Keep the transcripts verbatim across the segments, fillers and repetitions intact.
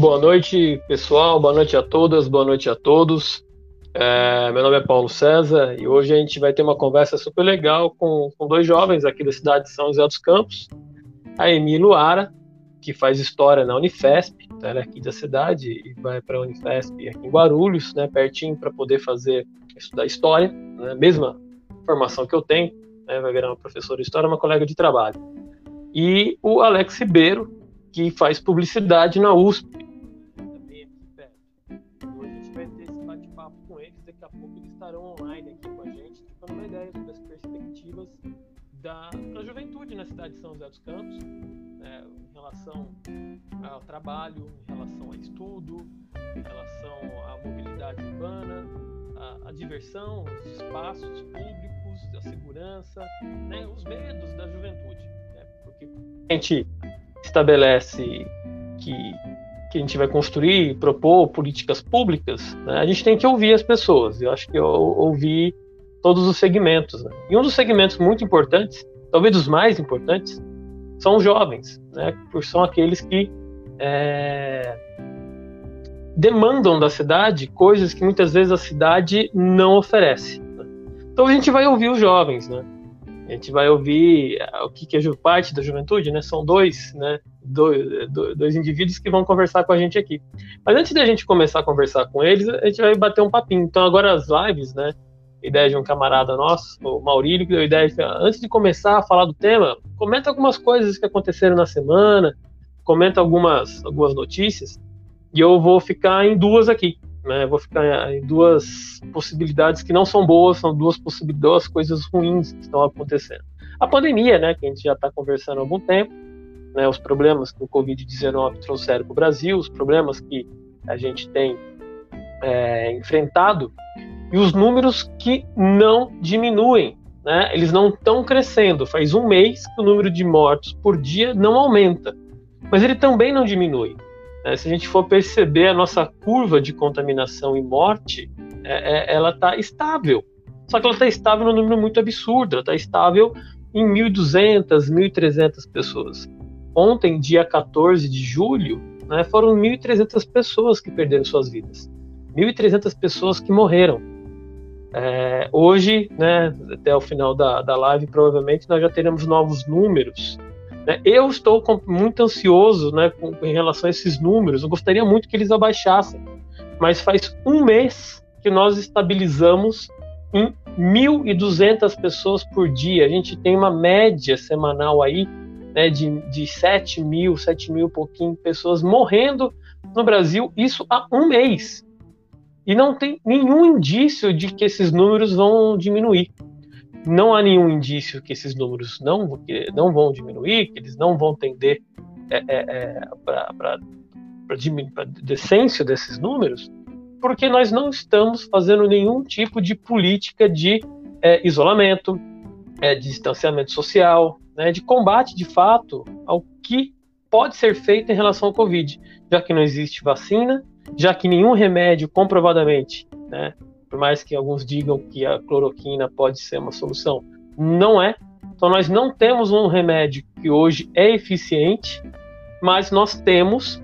Boa noite, pessoal. Boa noite a todas, boa noite a todos. É, meu nome é Paulo César e hoje a gente vai ter uma conversa super legal com, com dois jovens aqui da cidade de São José dos Campos. A Emi Luara, que faz história na Unifesp, então ela é aqui da cidade e vai para a Unifesp aqui em Guarulhos, né, pertinho, para poder fazer, estudar história, né, mesma formação que eu tenho, né, vai virar uma professora de história, uma colega de trabalho. E o Alex Ribeiro, que faz publicidade na U S P. Também aqui perto. Hoje a gente vai ter esse bate-papo com eles, daqui a pouco eles estarão online aqui com a gente, trocando uma ideia sobre as perspectivas da, da juventude na cidade de São José dos Campos, né, em relação ao trabalho, em relação ao estudo, em relação à mobilidade urbana, a, a diversão, os espaços públicos, a segurança, né, os medos da juventude. Né, porque a gente estabelece que, que a gente vai construir, propor políticas públicas, né, a gente tem que ouvir as pessoas. Eu acho que eu ouvi todos os segmentos. Né? E um dos segmentos muito importantes, talvez dos mais importantes, são os jovens, né? Porque são aqueles que é, demandam da cidade coisas que muitas vezes a cidade não oferece. Né? Então a gente vai ouvir os jovens, né? A gente vai ouvir o que é parte da juventude, né? São dois, né? Dois, dois indivíduos que vão conversar com a gente aqui. Mas antes da gente começar a conversar com eles, a gente vai bater um papinho. Então agora as lives, né? Ideia de um camarada nosso, o Maurílio, que deu a ideia de, antes de começar a falar do tema, comenta algumas coisas que aconteceram na semana, comenta algumas, algumas notícias, e eu vou ficar em duas aqui, né? Vou ficar em duas possibilidades que não são boas, são duas possibilidades, duas coisas ruins que estão acontecendo. A pandemia, né, que a gente já está conversando há algum tempo, né, os problemas que o covid dezenove trouxeram para o Brasil, os problemas que a gente tem é, enfrentado, e os números que não diminuem, né? Eles não estão crescendo. Faz um mês que o número de mortos por dia não aumenta, mas ele também não diminui. Né? Se a gente for perceber a nossa curva de contaminação e morte, é, é, ela está estável. Só que ela está estável num número muito absurdo. Ela está estável em mil e duzentas, mil e trezentas pessoas. Ontem, dia quatorze de julho, né, foram mil e trezentas pessoas que perderam suas vidas. mil e trezentas pessoas que morreram. É, hoje, né, até o final da, da live, provavelmente nós já teremos novos números. Né? Eu estou com, muito ansioso, né, com, em relação a esses números. Eu gostaria muito que eles abaixassem, mas faz um mês que nós estabilizamos em mil e duzentas pessoas por dia. A gente tem uma média semanal aí, né, de, de sete mil, sete mil e pouquinho pessoas morrendo no Brasil, isso há um mês. E não tem nenhum indício de que esses números vão diminuir. Não há nenhum indício que esses números não, que não vão diminuir, que eles não vão tender é, é, é, para a decência desses números, porque nós não estamos fazendo nenhum tipo de política de é, isolamento, é, de distanciamento social, né, de combate, de fato, ao que pode ser feito em relação ao Covid, já que não existe vacina, já que nenhum remédio comprovadamente, né, por mais que alguns digam que a cloroquina pode ser uma solução, não é. Então nós não temos um remédio que hoje é eficiente, mas nós temos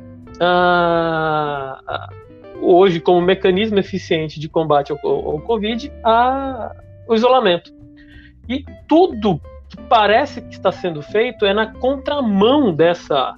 ah, ah, hoje como mecanismo eficiente de combate ao, ao Covid a, o isolamento. E tudo que parece que está sendo feito é na contramão dessa,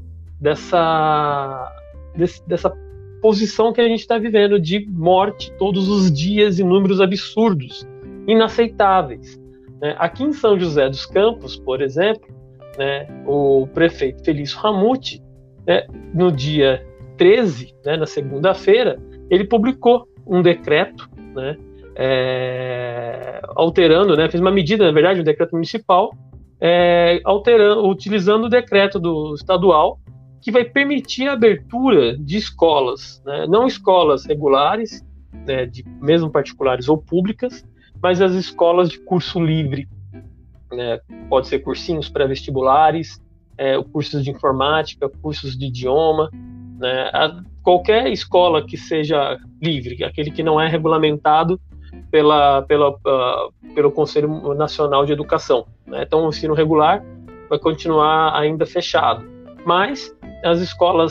dessa, desse, dessa posição que a gente está vivendo de morte todos os dias em números absurdos, inaceitáveis. Né? Aqui em São José dos Campos, por exemplo, né, o prefeito Felício Ramute, né, no dia treze, né, na segunda-feira, ele publicou um decreto, né, é, alterando, né, fez uma medida, na verdade, um decreto municipal, é, alterando, utilizando o decreto do estadual, que vai permitir a abertura de escolas, né? Não escolas regulares, né, de, mesmo particulares ou públicas, mas as escolas de curso livre. Né? Pode ser cursinhos pré-vestibulares, é, cursos de informática, cursos de idioma, né? A, qualquer escola que seja livre, aquele que não é regulamentado pela, pela, uh, pelo Conselho Nacional de Educação. Né? Então, o ensino regular vai continuar ainda fechado. Mas as escolas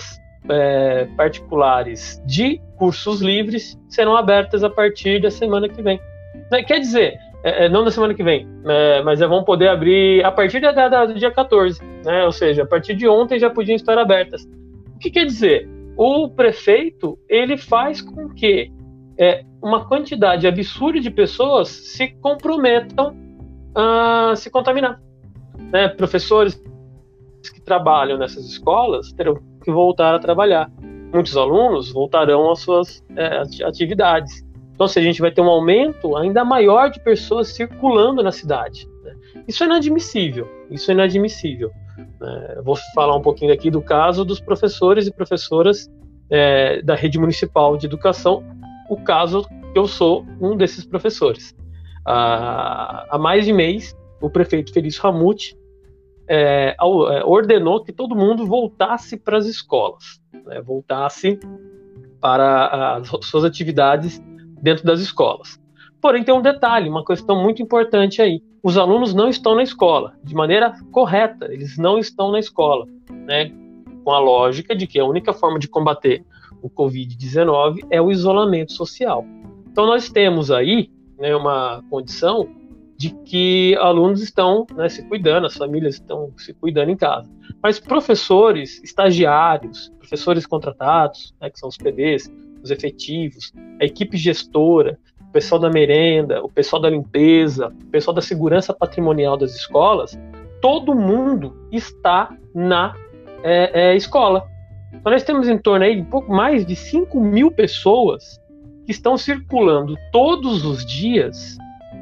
é, particulares de cursos livres serão abertas a partir da semana que vem. Quer dizer, é, não da semana que vem, é, mas vão poder abrir a partir da, da, do dia quatorze, né? Ou seja, a partir de ontem já podiam estar abertas. O que quer dizer? O prefeito, ele faz com que é, uma quantidade absurda de pessoas se comprometam a se contaminar. Né? Professores que trabalham nessas escolas terão que voltar a trabalhar. Muitos alunos voltarão às suas é, atividades. Então, se a gente vai ter um aumento ainda maior de pessoas circulando na cidade. Né? Isso é inadmissível. Isso é inadmissível. É, vou falar um pouquinho aqui do caso dos professores e professoras é, da rede municipal de educação. O caso que eu sou um desses professores. Ah, há mais de mês, o prefeito Felício Ramute é, ordenou que todo mundo voltasse para as escolas, né, voltasse para as suas atividades dentro das escolas. Porém, tem um detalhe, uma questão muito importante aí. Os alunos não estão na escola, de maneira correta, eles não estão na escola, né, com a lógica de que a única forma de combater o covid dezenove é o isolamento social. Então, nós temos aí, né, uma condição de que alunos estão, né, se cuidando, as famílias estão se cuidando em casa. Mas professores, estagiários, professores contratados, né, que são os P Ds, os efetivos, a equipe gestora, o pessoal da merenda, o pessoal da limpeza, o pessoal da segurança patrimonial das escolas, todo mundo está na é, é, escola. Então, nós temos em torno aí de pouco mais de cinco mil pessoas que estão circulando todos os dias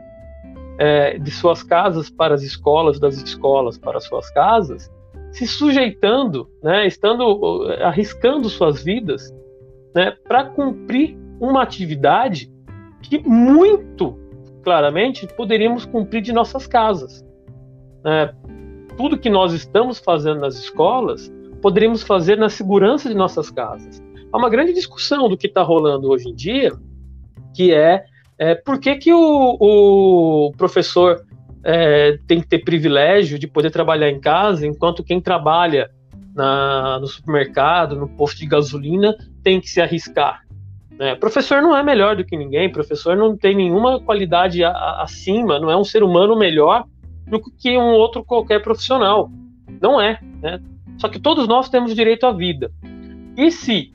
é, de suas casas para as escolas, das escolas para as suas casas, se sujeitando, né, estando arriscando suas vidas, né, para cumprir uma atividade que muito claramente poderíamos cumprir de nossas casas. É, tudo que nós estamos fazendo nas escolas, poderíamos fazer na segurança de nossas casas. Há uma grande discussão do que está rolando hoje em dia, que é, é por que, que o, o professor é, tem que ter privilégio de poder trabalhar em casa, enquanto quem trabalha na, no supermercado, no posto de gasolina, tem que se arriscar. Né? Professor não é melhor do que ninguém, professor não tem nenhuma qualidade a, a, acima, não é um ser humano melhor do que um outro qualquer profissional. Não é, né? Só que todos nós temos direito à vida. E se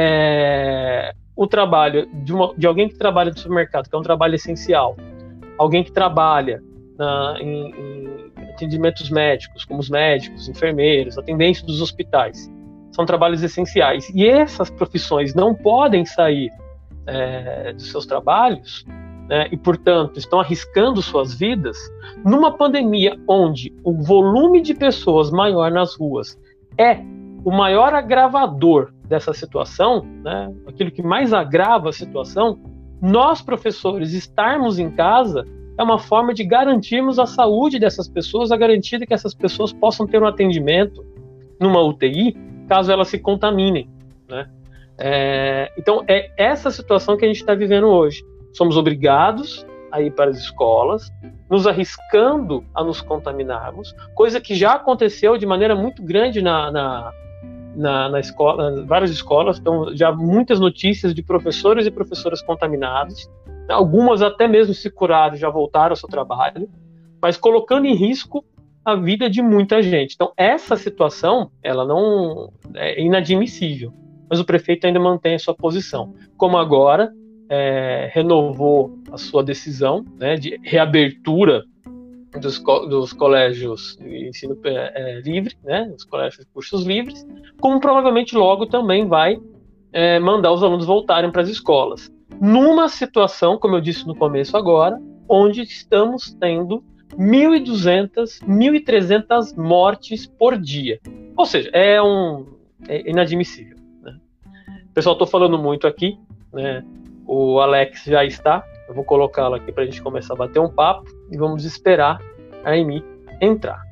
é, o trabalho de, uma, de alguém que trabalha no supermercado, que é um trabalho essencial, alguém que trabalha na, em, em atendimentos médicos, como os médicos, enfermeiros, atendentes dos hospitais, são trabalhos essenciais, e essas profissões não podem sair é, dos seus trabalhos, né, e, portanto, estão arriscando suas vidas, numa pandemia onde o volume de pessoas maior nas ruas é o maior agravador dessa situação, né, aquilo que mais agrava a situação, nós, professores, estarmos em casa é uma forma de garantirmos a saúde dessas pessoas, a garantia de que essas pessoas possam ter um atendimento numa U T I, caso elas se contaminem. Né? É, então, é essa situação que a gente está vivendo hoje. Somos obrigados a ir para as escolas, nos arriscando a nos contaminarmos, coisa que já aconteceu de maneira muito grande na, na, na, na escola, várias escolas, então já muitas notícias de professores e professoras contaminados, algumas até mesmo se curaram, já voltaram ao seu trabalho, mas colocando em risco a vida de muita gente. Então, essa situação, ela não é inadmissível, mas o prefeito ainda mantém a sua posição. Como agora, é, renovou a sua decisão, né, de reabertura dos, co- dos colégios de ensino é, livre, né, os colégios de cursos livres, como provavelmente logo também vai é, mandar os alunos voltarem para as escolas. Numa situação, como eu disse no começo agora, onde estamos tendo mil e duzentas, mil e trezentas mortes por dia. Ou seja, é, um, é inadmissível. Né? Pessoal, estou falando muito aqui, né? O Alex já está, eu vou colocá-lo aqui para a gente começar a bater um papo e vamos esperar a Amy entrar.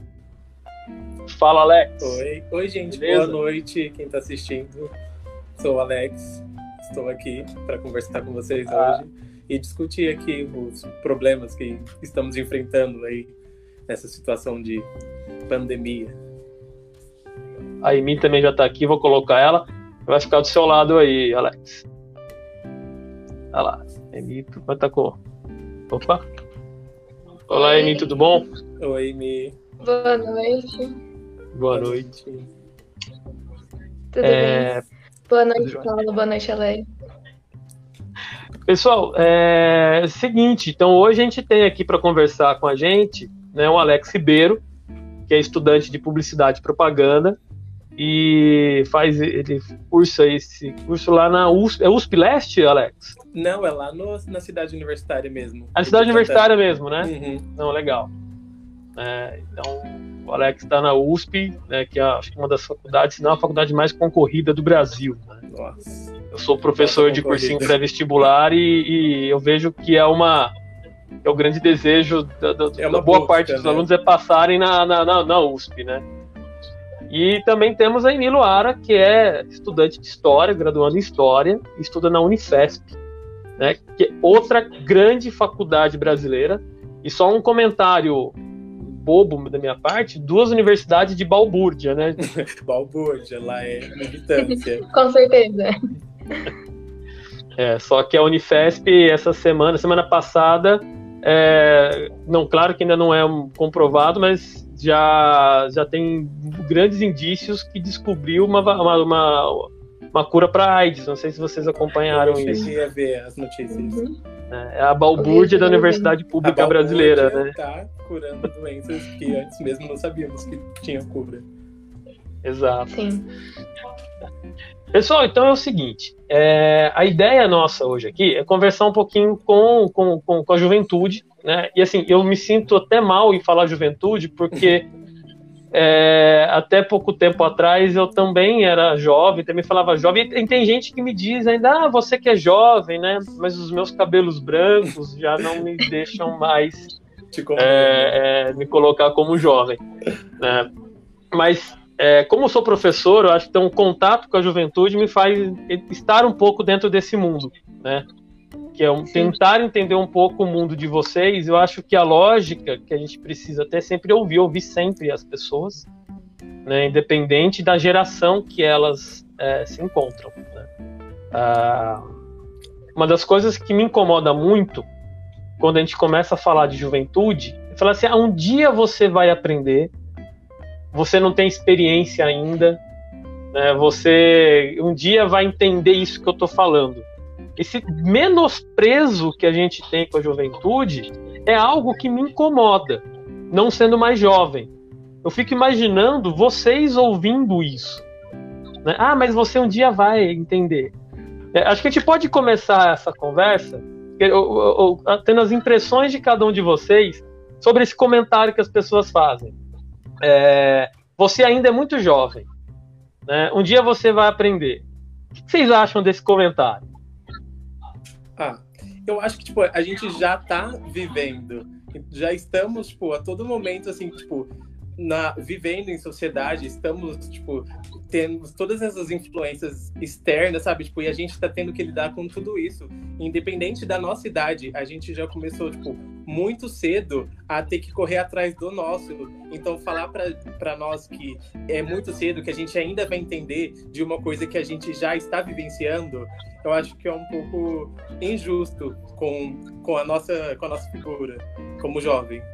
Fala, Alex. Oi, Oi gente, Beleza? Boa noite, quem está assistindo. Sou o Alex, estou aqui para conversar com vocês ah. hoje e discutir aqui os problemas que estamos enfrentando aí nessa situação de pandemia. A Emi também já está aqui, vou colocar ela. Vai ficar do seu lado aí, Alex. Olha lá, Emi, vai estar com... Opa! Olá, Oi. Emi, tudo bom? Oi, Emi. Boa noite. Boa noite. Tudo É... bem? Boa noite, Paulo. Boa noite, Ale. Pessoal, é seguinte, então hoje a gente tem aqui para conversar com a gente, né, o Alex Ribeiro, que é estudante de Publicidade e Propaganda, e faz, ele cursa esse curso lá na U S P, é U S P Leste, Alex? Não, é lá no, na cidade universitária mesmo. A cidade universitária mesmo, né? Uhum. Não, legal. É, então, o Alex está na U S P, né, que é acho que uma das faculdades, se não a faculdade mais concorrida do Brasil, né? Nossa. Eu sou professor de cursinho pré-vestibular e, e eu vejo que é uma é o grande desejo da, da, é da boa busca, parte dos né? alunos é passarem na, na, na, na U S P, né? E também temos a Emi Luara, que é estudante de História, graduando em História, e estuda na Unifesp, né? Que é outra grande faculdade brasileira. E só um comentário bobo da minha parte, duas universidades de balbúrdia, né? Balbúrdia, lá é militância. Com certeza. É, só que a Unifesp, essa semana, semana passada, é, não, claro que ainda não é um comprovado, mas já, já tem grandes indícios que descobriu uma, uma, uma, uma cura para AIDS. Não sei se vocês acompanharam Eu isso. cheguei a ver as notícias. Uhum. É a balbúrdia da Universidade Pública a Brasileira, né? Tá curando doenças que antes mesmo não sabíamos que tinham cura. Exato. Sim. Pessoal, então é o seguinte, é, a ideia nossa hoje aqui é conversar um pouquinho com, com, com, com a juventude, né? E assim, eu me sinto até mal em falar juventude, porque é, até pouco tempo atrás eu também era jovem, também falava jovem, e tem gente que me diz ainda, ah, você que é jovem, né? Mas os meus cabelos brancos já não me deixam mais é, é, me colocar como jovem, né? Mas É, como eu sou professor, eu acho que ter um contato com a juventude me faz estar um pouco dentro desse mundo, né? Que é um, tentar entender um pouco o mundo de vocês. Eu acho que a lógica que a gente precisa ter é sempre ouvir, ouvir sempre as pessoas, né? Independente da geração que elas é, se encontram, né? Ah, uma das coisas que me incomoda muito quando a gente começa a falar de juventude é falar assim, ah, um dia você vai aprender, você não tem experiência ainda, né? Você um dia vai entender isso que eu estou falando. Esse menosprezo que a gente tem com a juventude é algo que me incomoda, não sendo mais jovem. Eu fico imaginando vocês ouvindo isso, né? Ah, mas você um dia vai entender. É, acho que a gente pode começar essa conversa eu, eu, eu, tendo as impressões de cada um de vocês sobre esse comentário que as pessoas fazem. É, você ainda é muito jovem, né? Um dia você vai aprender. O que vocês acham desse comentário? Ah, eu acho que tipo, a gente já tá vivendo, já estamos tipo, a todo momento assim, tipo, na, vivendo em sociedade, estamos tipo, tendo todas essas influências externas, sabe? Tipo, e a gente tá tendo que lidar com tudo isso. Independente da nossa idade, a gente já começou, tipo, muito cedo a ter que correr atrás do nosso. Então, falar para nós que é muito cedo, que a gente ainda vai entender de uma coisa que a gente já está vivenciando, eu acho que é um pouco injusto com, com, a, nossa, com a nossa figura, como jovem.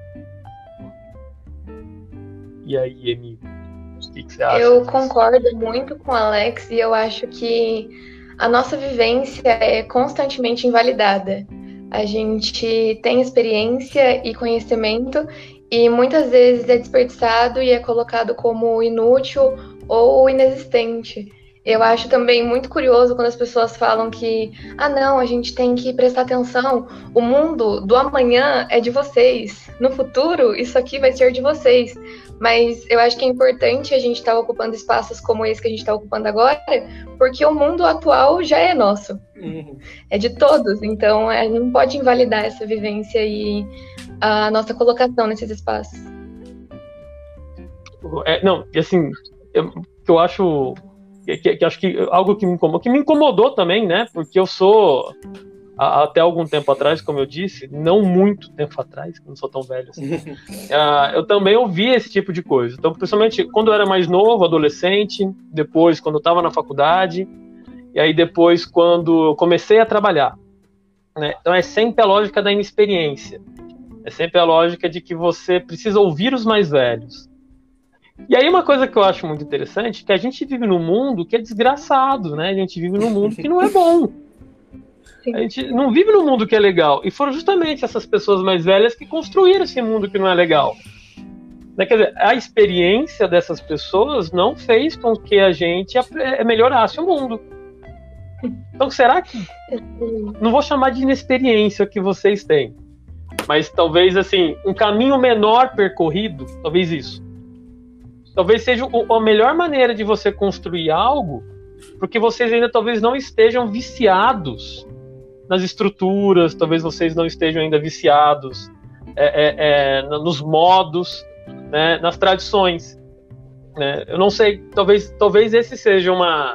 E aí, Emi, o que, que você acha? Eu concordo muito com o Alex e eu acho que a nossa vivência é constantemente invalidada. A gente tem experiência e conhecimento e muitas vezes é desperdiçado e é colocado como inútil ou inexistente. Eu acho também muito curioso quando as pessoas falam que ah não, a gente tem que prestar atenção, o mundo do amanhã é de vocês, no futuro isso aqui vai ser de vocês. Mas eu acho que é importante a gente estar tá ocupando espaços como esse que a gente está ocupando agora, porque o mundo atual já é nosso, uhum. É de todos, então a gente não pode invalidar essa vivência e a nossa colocação nesses espaços. É, não, e assim, eu, eu acho que, que, que acho que algo que me incomodou, que me incomodou também, né? Porque eu sou a, até algum tempo atrás, como eu disse, não muito tempo atrás, que eu não sou tão velho assim, uh, eu também ouvia esse tipo de coisa. Então, principalmente quando eu era mais novo, adolescente, depois quando eu estava na faculdade, e aí depois quando eu comecei a trabalhar. Né? Então é sempre a lógica da inexperiência. É sempre a lógica de que você precisa ouvir os mais velhos. E aí uma coisa que eu acho muito interessante é que a gente vive num mundo que é desgraçado, né? A gente vive num mundo que não é bom. A gente não vive num mundo que é legal. E foram justamente essas pessoas mais velhas que construíram esse mundo que não é legal. Quer dizer, a experiência dessas pessoas não fez com que a gente melhorasse o mundo. Então será que... Não vou chamar de inexperiência que vocês têm, mas talvez assim, um caminho menor percorrido, talvez isso. Talvez seja a melhor maneira de você construir algo, porque vocês ainda talvez não estejam viciados nas estruturas, talvez vocês não estejam ainda viciados é, é, é, nos modos, né, nas tradições. Né? Eu não sei, talvez, talvez esse seja uma,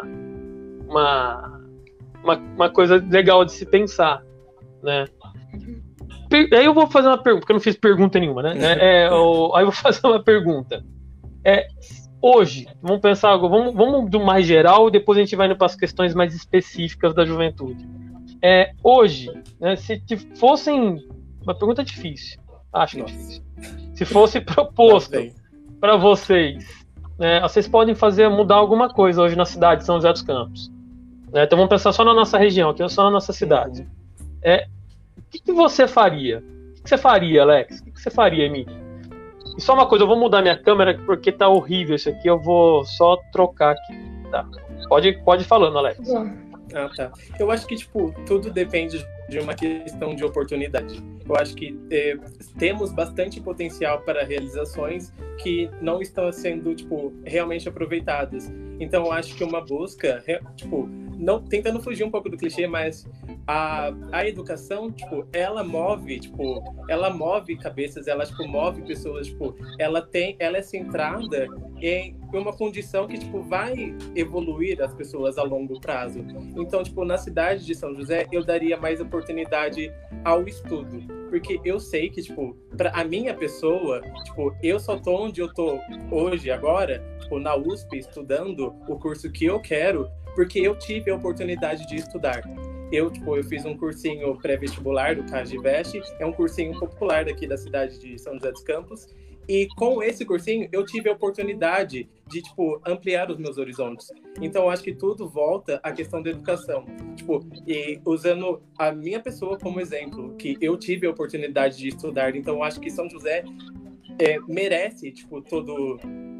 uma, uma, uma coisa legal de se pensar. Né? Aí eu vou fazer uma pergunta, porque eu não fiz pergunta nenhuma, né? É, é, eu, aí eu vou fazer uma pergunta. É, hoje, vamos pensar, vamos, vamos do mais geral e depois a gente vai indo para as questões mais específicas da juventude. É, hoje, né, se fossem... Uma pergunta difícil, acho que é difícil. Se fosse proposto para vocês, né, vocês podem fazer, mudar alguma coisa hoje na cidade de São José dos Campos. Né, então vamos pensar só na nossa região, aqui só na nossa cidade. É, o que, que você faria? O que, que você faria, Alex? O que, que você faria, Emílio? E só uma coisa, eu vou mudar minha câmera porque tá horrível isso aqui, eu vou só trocar aqui, tá? Pode, pode ir falando, Alex. Ah, tá. Eu acho que, tipo, tudo depende de uma questão de oportunidade. Eu acho que eh, temos bastante potencial para realizações que não estão sendo, tipo, realmente aproveitadas. Então, eu acho que uma busca, tipo, não, tentando fugir um pouco do clichê, mas a, a educação, tipo, ela move, tipo, ela move cabeças, ela, tipo, move pessoas, tipo, ela tem, ela é centrada em uma condição que, tipo, vai evoluir as pessoas a longo prazo. Então, tipo, na cidade de São José, eu daria mais oportunidade ao estudo, porque eu sei que, tipo, pra a minha pessoa, tipo, eu só tô onde eu tô hoje, agora, tipo, na U S P, estudando o curso que eu quero, porque eu tive a oportunidade de estudar. Eu, tipo, eu fiz um cursinho pré-vestibular do CAGVEST, é um cursinho popular daqui da cidade de São José dos Campos, e com esse cursinho eu tive a oportunidade de, tipo, ampliar os meus horizontes. Então, eu acho que tudo volta à questão da educação. Tipo, e usando a minha pessoa como exemplo, que eu tive a oportunidade de estudar, então eu acho que São José é, merece, tipo, todo...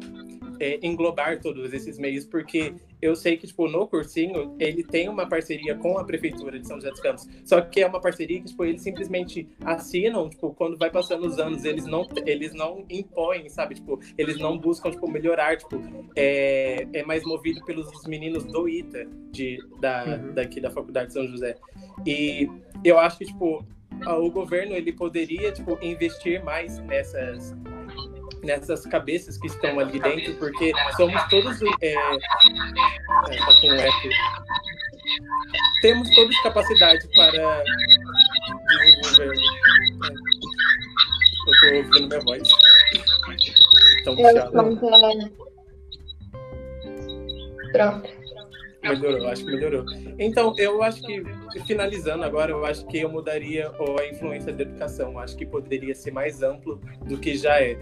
É, englobar todos esses meios, porque eu sei que, tipo, no cursinho, ele tem uma parceria com a Prefeitura de São José dos Campos, só que é uma parceria que, tipo, eles simplesmente assinam, tipo, quando vai passando os anos, eles não, eles não impõem, sabe, tipo, eles não buscam, tipo, melhorar, tipo, é, é mais movido pelos meninos do ITA, de, da, uhum. daqui da Faculdade de São José. E eu acho que, tipo, o governo, ele poderia, tipo, investir mais nessas... nessas cabeças que estão ali dentro, porque somos todos é, é, tá com F. Temos todos capacidade para desenvolver. É. Eu estou ouvindo minha voz. Então, puxado. Pronto. Melhorou, acho que melhorou. Então, eu acho que, finalizando agora, eu acho que eu mudaria a influência da educação. Eu acho que poderia ser mais amplo do que já é.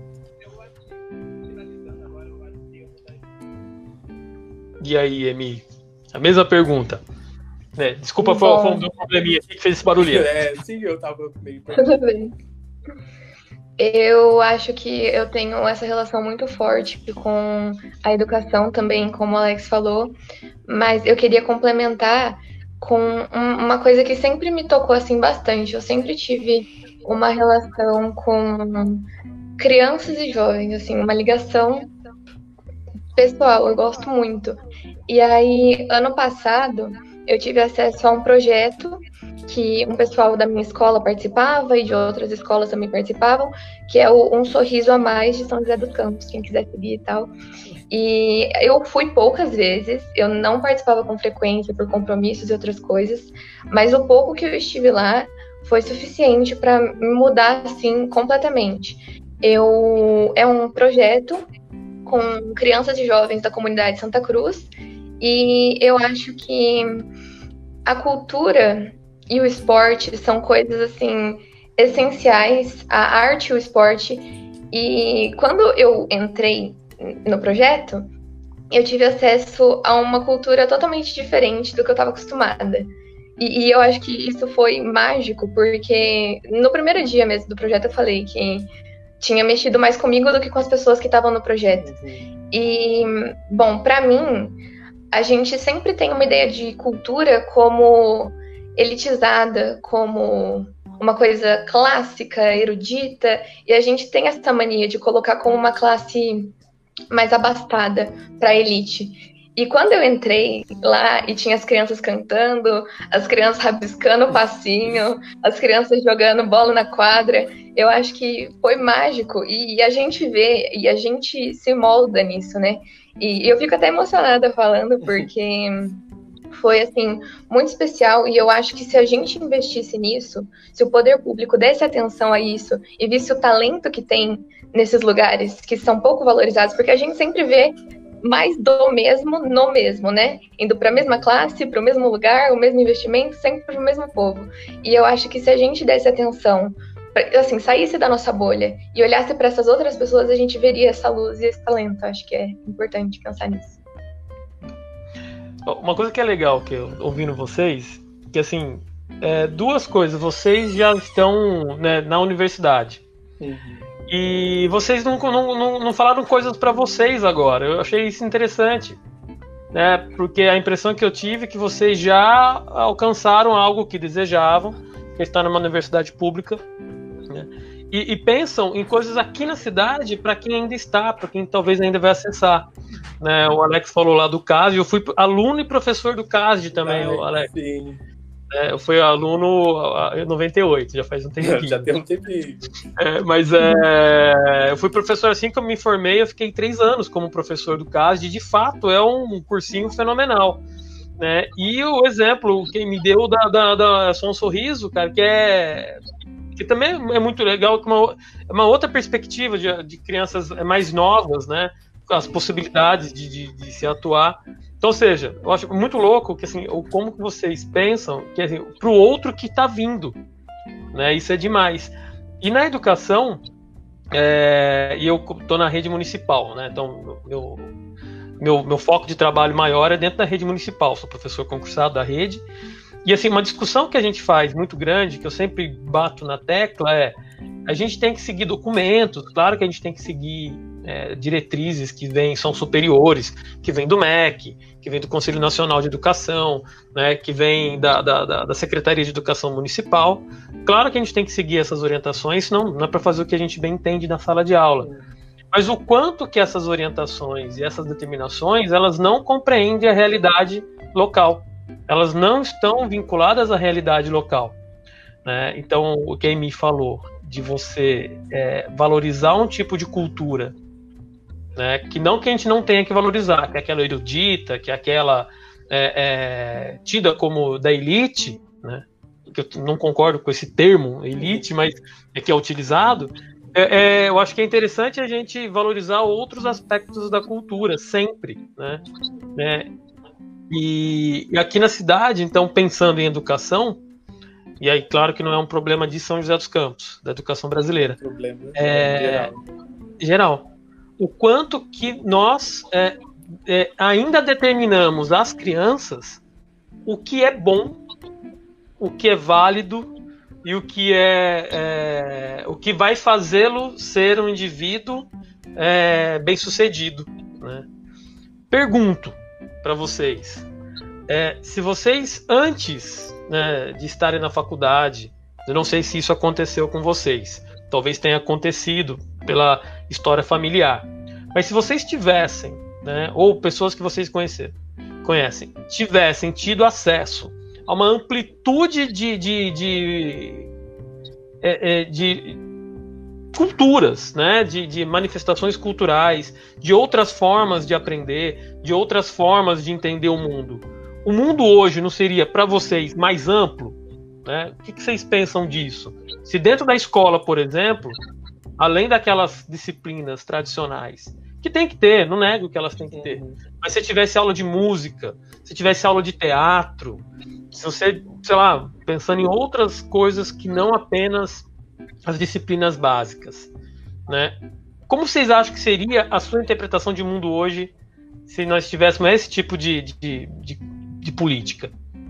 E aí, Emi? A mesma pergunta. É, desculpa, foi, foi um probleminha aqui que fez esse barulhinho. É, sim, eu tava meio... Tudo bem. Eu acho que eu tenho essa relação muito forte com a educação também, como o Alex falou, mas eu queria complementar com uma coisa que sempre me tocou assim bastante. Eu sempre tive uma relação com crianças e jovens, assim, uma ligação pessoal, eu gosto muito. E aí, ano passado, eu tive acesso a um projeto que um pessoal da minha escola participava e de outras escolas também participavam, que é o Um Sorriso a Mais de São José dos Campos, quem quiser seguir e tal. E eu fui poucas vezes, eu não participava com frequência por compromissos e outras coisas, mas o pouco que eu estive lá foi suficiente para me mudar, assim, completamente. Eu, é um projeto com crianças e jovens da comunidade Santa Cruz, e eu acho que a cultura e o esporte são coisas, assim, essenciais, a arte e o esporte. E quando eu entrei no projeto, eu tive acesso a uma cultura totalmente diferente do que eu estava acostumada. E, e eu acho que isso foi mágico, porque no primeiro dia mesmo do projeto eu falei que tinha mexido mais comigo do que com as pessoas que estavam no projeto. Uhum. E, bom, para mim, a gente sempre tem uma ideia de cultura como elitizada, como uma coisa clássica, erudita, e a gente tem essa mania de colocar como uma classe mais abastada para a elite. E quando eu entrei lá e tinha as crianças cantando, as crianças rabiscando o passinho, as crianças jogando bola na quadra, eu acho que foi mágico. E, e a gente vê, e a gente se molda nisso, né? E eu fico até emocionada falando, porque foi, assim, muito especial. E eu acho que se a gente investisse nisso, se o poder público desse atenção a isso e visse o talento que tem nesses lugares que são pouco valorizados, porque a gente sempre vê mais do mesmo no mesmo, né? Indo para a mesma classe, para o mesmo lugar, o mesmo investimento, sempre para o mesmo povo. E eu acho que se a gente desse atenção, pra, assim, saísse da nossa bolha e olhasse para essas outras pessoas, a gente veria essa luz e esse talento. Acho que é importante pensar nisso. Uma coisa que é legal que eu ouvindo vocês, que assim, é, duas coisas. Vocês já estão, né, na universidade. Uhum. E vocês não, não, não, não falaram coisas para vocês agora. Eu achei isso interessante, né? Porque a impressão que eu tive é que vocês já alcançaram algo que desejavam, que está numa universidade pública, né? E, e pensam em coisas aqui na cidade para quem ainda está, para quem talvez ainda vai acessar, né? O Alex falou lá do C A S D, eu fui aluno e professor do C A S D também, o Alex. Sim. É, eu fui aluno em noventa e oito, já faz um tempinho. Já tem um tempinho. É, mas é, eu fui professor assim que eu me formei, eu fiquei três anos como professor do C A S D, e de fato é um cursinho fenomenal, né? E o exemplo que me deu da, da, da Só um Sorriso, cara, que é que também é muito legal, que uma, uma outra perspectiva de, de crianças mais novas, né? As possibilidades de, de, de se atuar. Então, ou seja, eu acho muito louco que, assim, como que vocês pensam que, assim, para o outro que está vindo, né? Isso é demais. E na educação, é, e eu estou na rede municipal, né? Então, meu, meu, meu foco de trabalho maior é dentro da rede municipal. Sou professor concursado da rede. E, assim, uma discussão que a gente faz muito grande, que eu sempre bato na tecla, é a gente tem que seguir documentos, claro que a gente tem que seguir é, diretrizes que vêm, são superiores, que vêm do M E C, que vêm do Conselho Nacional de Educação, né, que vêm da, da, da Secretaria de Educação Municipal. Claro que a gente tem que seguir essas orientações, senão não é para fazer o que a gente bem entende na sala de aula. Mas o quanto que essas orientações e essas determinações, elas não compreendem a realidade local. Elas não estão vinculadas à realidade local, né? Então, o que a Amy falou, de você é, valorizar um tipo de cultura, né, que não que a gente não tenha que valorizar, que é aquela erudita, que é aquela é, é, tida como da elite, né, que eu não concordo com esse termo, elite, mas é que é utilizado, é, é, eu acho que é interessante a gente valorizar outros aspectos da cultura, sempre, né, né. E, e aqui na cidade, então, pensando em educação, e aí, claro que não é um problema de São José dos Campos, da educação brasileira. Problema é, geral. Geral. O quanto que nós é, é, ainda determinamos às crianças o que é bom, o que é válido e o que é, é o que vai fazê-lo ser um indivíduo é, bem-sucedido, né? Pergunto para vocês, é, se vocês antes, né, de estarem na faculdade, eu não sei se isso aconteceu com vocês, talvez tenha acontecido pela história familiar, mas se vocês tivessem, né, ou pessoas que vocês conhecer, conhecem, tivessem tido acesso a uma amplitude de, de, de, é, é, de culturas, né? de, de manifestações culturais, de outras formas de aprender, de outras formas de entender o mundo. O mundo hoje não seria, para vocês, mais amplo? Né? O que, que vocês pensam disso? Se dentro da escola, por exemplo, além daquelas disciplinas tradicionais, que tem que ter, não nego que elas têm que ter, mas se tivesse aula de música, se tivesse aula de teatro, se você, sei lá, pensando em outras coisas que não apenas as disciplinas básicas, né? Como vocês acham que seria a sua interpretação de mundo hoje se nós tivéssemos esse tipo de, de, de, de política?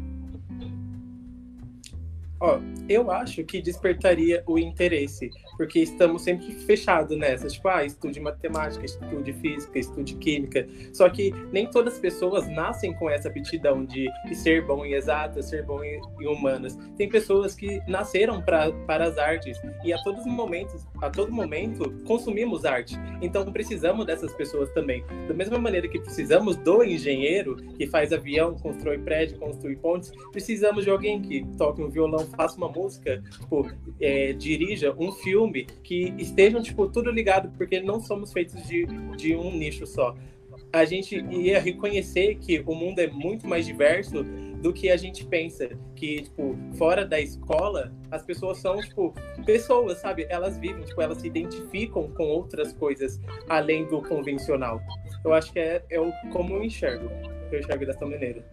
Ó, eu acho que despertaria o interesse, porque estamos sempre fechados nessa, tipo, ah, estude matemática, estude física, estude química, só que nem todas as pessoas nascem com essa aptidão de, de ser bom em exatas, ser bom em, em humanas. Tem pessoas que nasceram pra, para as artes, e a todos os momentos, a todo momento, consumimos arte, então precisamos dessas pessoas também. Da mesma maneira que precisamos do engenheiro, que faz avião, constrói prédio, construi pontes, precisamos de alguém que toque um violão, faça uma música, tipo, é, dirija um filme, que estejam, tipo, tudo ligado, porque não somos feitos de, de um nicho só. A gente ia reconhecer que o mundo é muito mais diverso do que a gente pensa, que, tipo, fora da escola, as pessoas são, tipo, pessoas, sabe? Elas vivem, tipo, elas se identificam com outras coisas além do convencional. Eu acho que é, é o, como eu enxergo. Eu enxergo dessa maneira.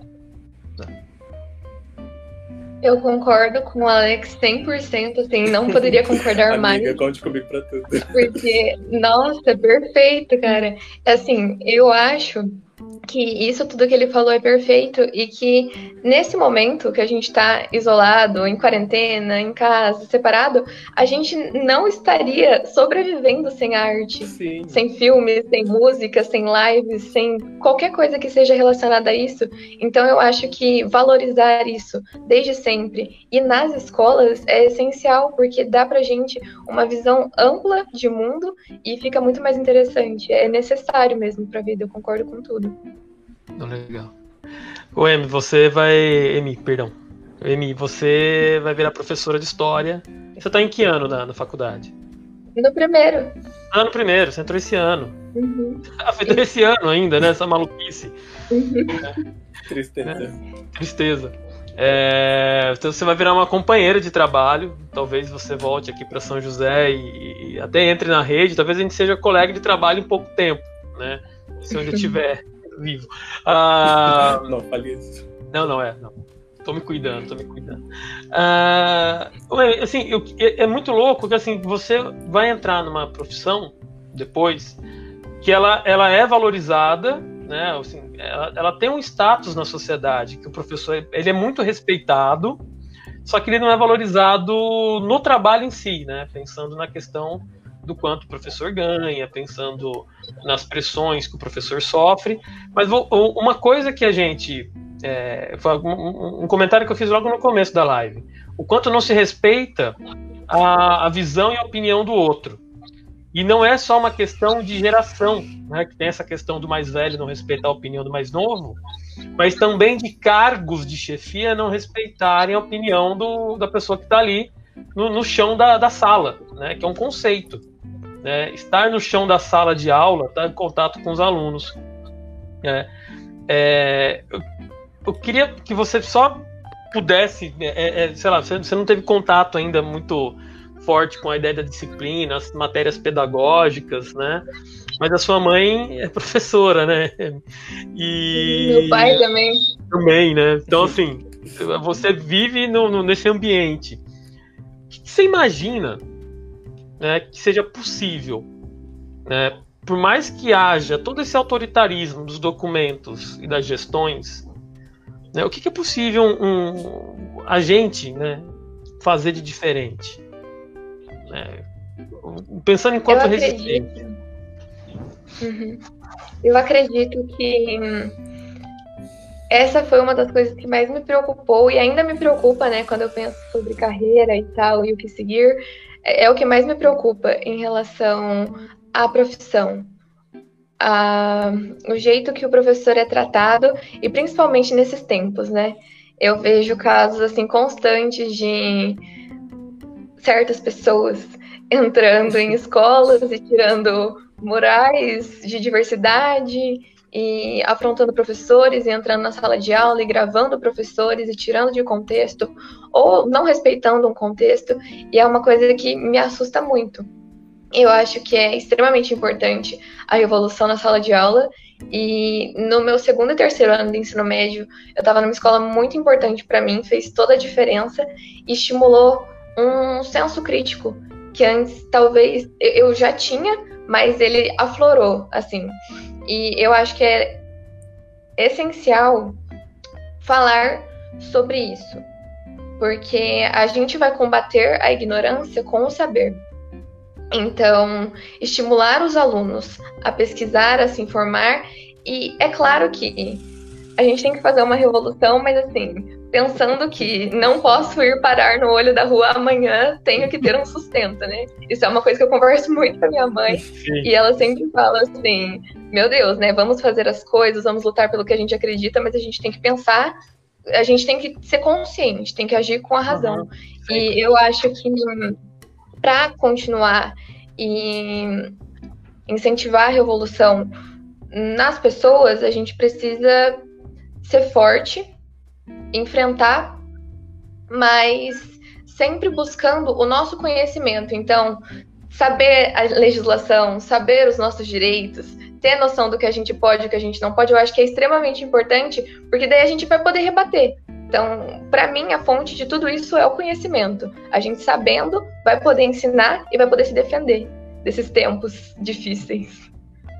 Eu concordo com o Alex cem por cento, assim, não poderia concordar Amiga, mais. Amiga, conte comigo pra tudo. Porque, nossa, perfeito, cara. Assim, eu acho que isso tudo que ele falou é perfeito e que nesse momento que a gente tá isolado, em quarentena, em casa, separado, a gente não estaria sobrevivendo sem arte, Sim. Sem filmes, sem música, sem lives, sem qualquer coisa que seja relacionada a isso. Então eu acho que valorizar isso desde sempre e nas escolas é essencial, porque dá pra gente uma visão ampla de mundo e fica muito mais interessante. É necessário mesmo pra vida, eu concordo com tudo. Legal. Ô, Emi, você vai... Emi, perdão. Emi, você vai virar professora de história. Você tá em que ano na, na faculdade? No primeiro. Ah, no primeiro. Você entrou esse ano. Uhum. Ah, foi esse ano ainda, né? Essa maluquice. Uhum. É. Tristeza. É. Tristeza. É... Então você vai virar uma companheira de trabalho. Talvez você volte aqui para São José e, e até entre na rede. Talvez a gente seja colega de trabalho em pouco tempo, né? Se eu já estiver vivo. Ah, não, fale isso. Não, não é. Não. Tô me cuidando, tô me cuidando. Ah, assim, eu, é muito louco que assim, você vai entrar numa profissão depois que ela, ela é valorizada, né? Assim, ela, ela tem um status na sociedade, que o professor ele é muito respeitado, só que ele não é valorizado no trabalho em si, né? Pensando na questão do quanto o professor ganha, pensando nas pressões que o professor sofre. Mas vou, uma coisa que a gente... É, foi um, um comentário que eu fiz logo no começo da live. O quanto não se respeita a, a visão e a opinião do outro. E não é só uma questão de geração, né, que tem essa questão do mais velho não respeitar a opinião do mais novo, mas também de cargos de chefia não respeitarem a opinião do, da pessoa que está ali no, no chão da, da sala, né, que é um conceito. Né, estar no chão da sala de aula, estar em contato com os alunos. É, é, eu, eu queria que você só pudesse, é, é, sei lá, você, você não teve contato ainda muito forte com a ideia da disciplina, as matérias pedagógicas, né? Mas a sua mãe é professora, né? E meu pai também. Também, né? Então, assim, você vive no, no, nesse ambiente. O que você imagina, né, que seja possível, né? Por mais que haja todo esse autoritarismo dos documentos e das gestões, né, o que, que é possível um, um, a gente, né, fazer de diferente? Né? Pensando enquanto Eu resistente. Uhum. Eu acredito que hum, essa foi uma das coisas que mais me preocupou e ainda me preocupa, né, quando eu penso sobre carreira e tal e o que seguir, é, é o que mais me preocupa em relação à profissão. A, o jeito que o professor é tratado e principalmente nesses tempos, né? Eu vejo casos assim constantes de certas pessoas entrando em escolas e tirando murais de diversidade e afrontando professores e entrando na sala de aula e gravando professores e tirando de contexto ou não respeitando um contexto, e é uma coisa que me assusta muito. Eu acho que é extremamente importante a revolução na sala de aula, e no meu segundo e terceiro ano de ensino médio, eu estava numa escola muito importante para mim, fez toda a diferença e estimulou um senso crítico que antes talvez eu já tinha, mas ele aflorou, assim. E eu acho que é essencial falar sobre isso, porque a gente vai combater a ignorância com o saber. Então, estimular os alunos a pesquisar, a se informar, e é claro que a gente tem que fazer uma revolução, mas assim, pensando que não posso ir parar no olho da rua amanhã, tenho que ter um sustento, né? Isso é uma coisa que eu converso muito com a minha mãe, Sim. E ela sempre fala assim, meu Deus, né, vamos fazer as coisas, vamos lutar pelo que a gente acredita, mas a gente tem que pensar, a gente tem que ser consciente, tem que agir com a razão. Uhum. E eu acho que para continuar e incentivar a revolução nas pessoas, a gente precisa ser forte, enfrentar, mas sempre buscando o nosso conhecimento. Então, saber a legislação, saber os nossos direitos, ter noção do que a gente pode e o que a gente não pode, eu acho que é extremamente importante, porque daí a gente vai poder rebater. Então, para mim, a fonte de tudo isso é o conhecimento. A gente sabendo vai poder ensinar e vai poder se defender desses tempos difíceis.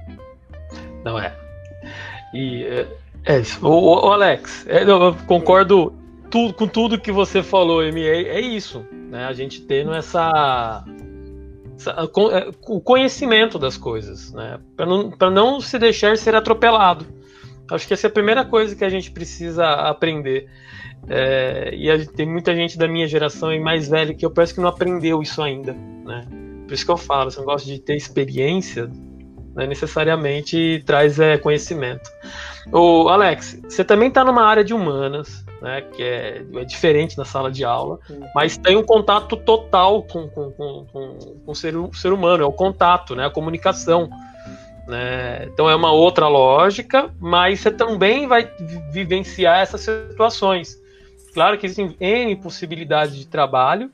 Não é. E é isso. O, o Alex, eu concordo tu, com tudo que você falou, M. É, é isso, né? A gente tendo essa, essa o conhecimento das coisas, né? Para não, para não se deixar ser atropelado. Acho que essa é a primeira coisa que a gente precisa aprender. É, e a, tem muita gente da minha geração e mais velha que eu parece que não aprendeu isso ainda, né? Por isso que eu falo, esse negócio de ter experiência, né, necessariamente traz é, conhecimento. Ô, Alex, você também está numa área de humanas, né, que é, é diferente na sala de aula, mas tem um contato total com, com, com, com, com o ser, ser humano, é o contato, né, a comunicação. Né? Então é uma outra lógica, mas você também vai vivenciar essas situações. Claro que existem N possibilidades de trabalho,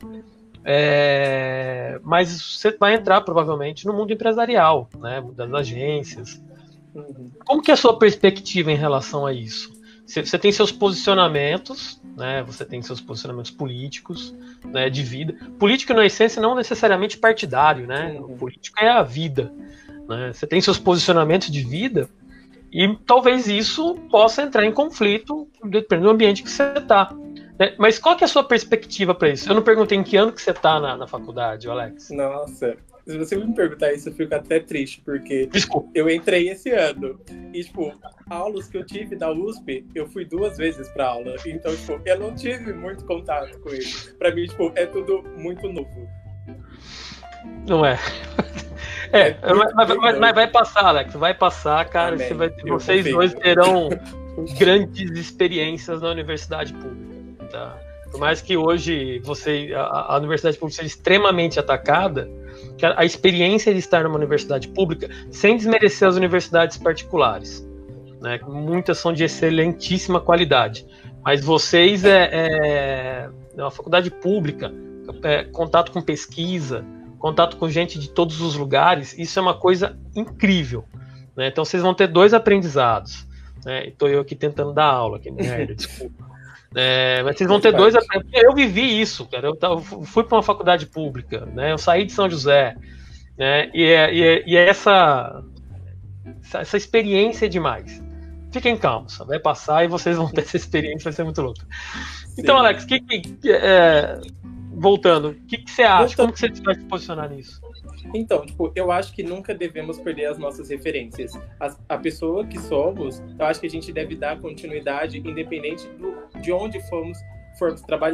é, mas você vai entrar provavelmente no mundo empresarial, né, das agências. Como que é a sua perspectiva em relação a isso? Você, você tem seus posicionamentos, né, você tem seus posicionamentos políticos, né, de vida. Político, na essência, não necessariamente partidário, né? O político é a vida. Né? Você tem seus posicionamentos de vida e talvez isso possa entrar em conflito dependendo do ambiente que você está. Né? Mas qual que é a sua perspectiva para isso? Eu não perguntei em que ano que você está na, na faculdade, Alex. Nossa, se você me perguntar isso, eu fico até triste, porque Desculpa. Eu entrei esse ano e, tipo, aulas que eu tive da U S P, eu fui duas vezes para aula. Então, tipo, eu não tive muito contato com isso. Para mim, tipo, é tudo muito novo. Não é... É, é mas, mas, mas, mas vai passar, Alex, vai passar, cara. Você vai, vocês dois terão grandes experiências na universidade pública. Tá? Por mais que hoje você, a, a universidade pública seja extremamente atacada, a, a experiência de estar numa universidade pública, sem desmerecer as universidades particulares, né? Muitas são de excelentíssima qualidade, mas vocês é, é, é uma faculdade pública, é, contato com pesquisa, contato com gente de todos os lugares, isso é uma coisa incrível, né? Então vocês vão ter dois aprendizados, né? Estou eu aqui tentando dar aula, que merda, desculpa. É, mas vocês vão ter dois aprendizados. Eu vivi isso, cara. Eu, eu fui para uma faculdade pública, né? Eu saí de São José, né? E, é, e, é, e é essa, essa, essa experiência é demais. Fiquem calmos, vai passar e vocês vão ter essa experiência, vai ser muito louco. Então, Alex, que, que, é, voltando, o que, que você acha? Como que você vai se posicionar nisso? Então, tipo, eu acho que nunca devemos perder as nossas referências. A, a pessoa que somos, eu acho que a gente deve dar continuidade independente do, de onde formos, formos trabalhar.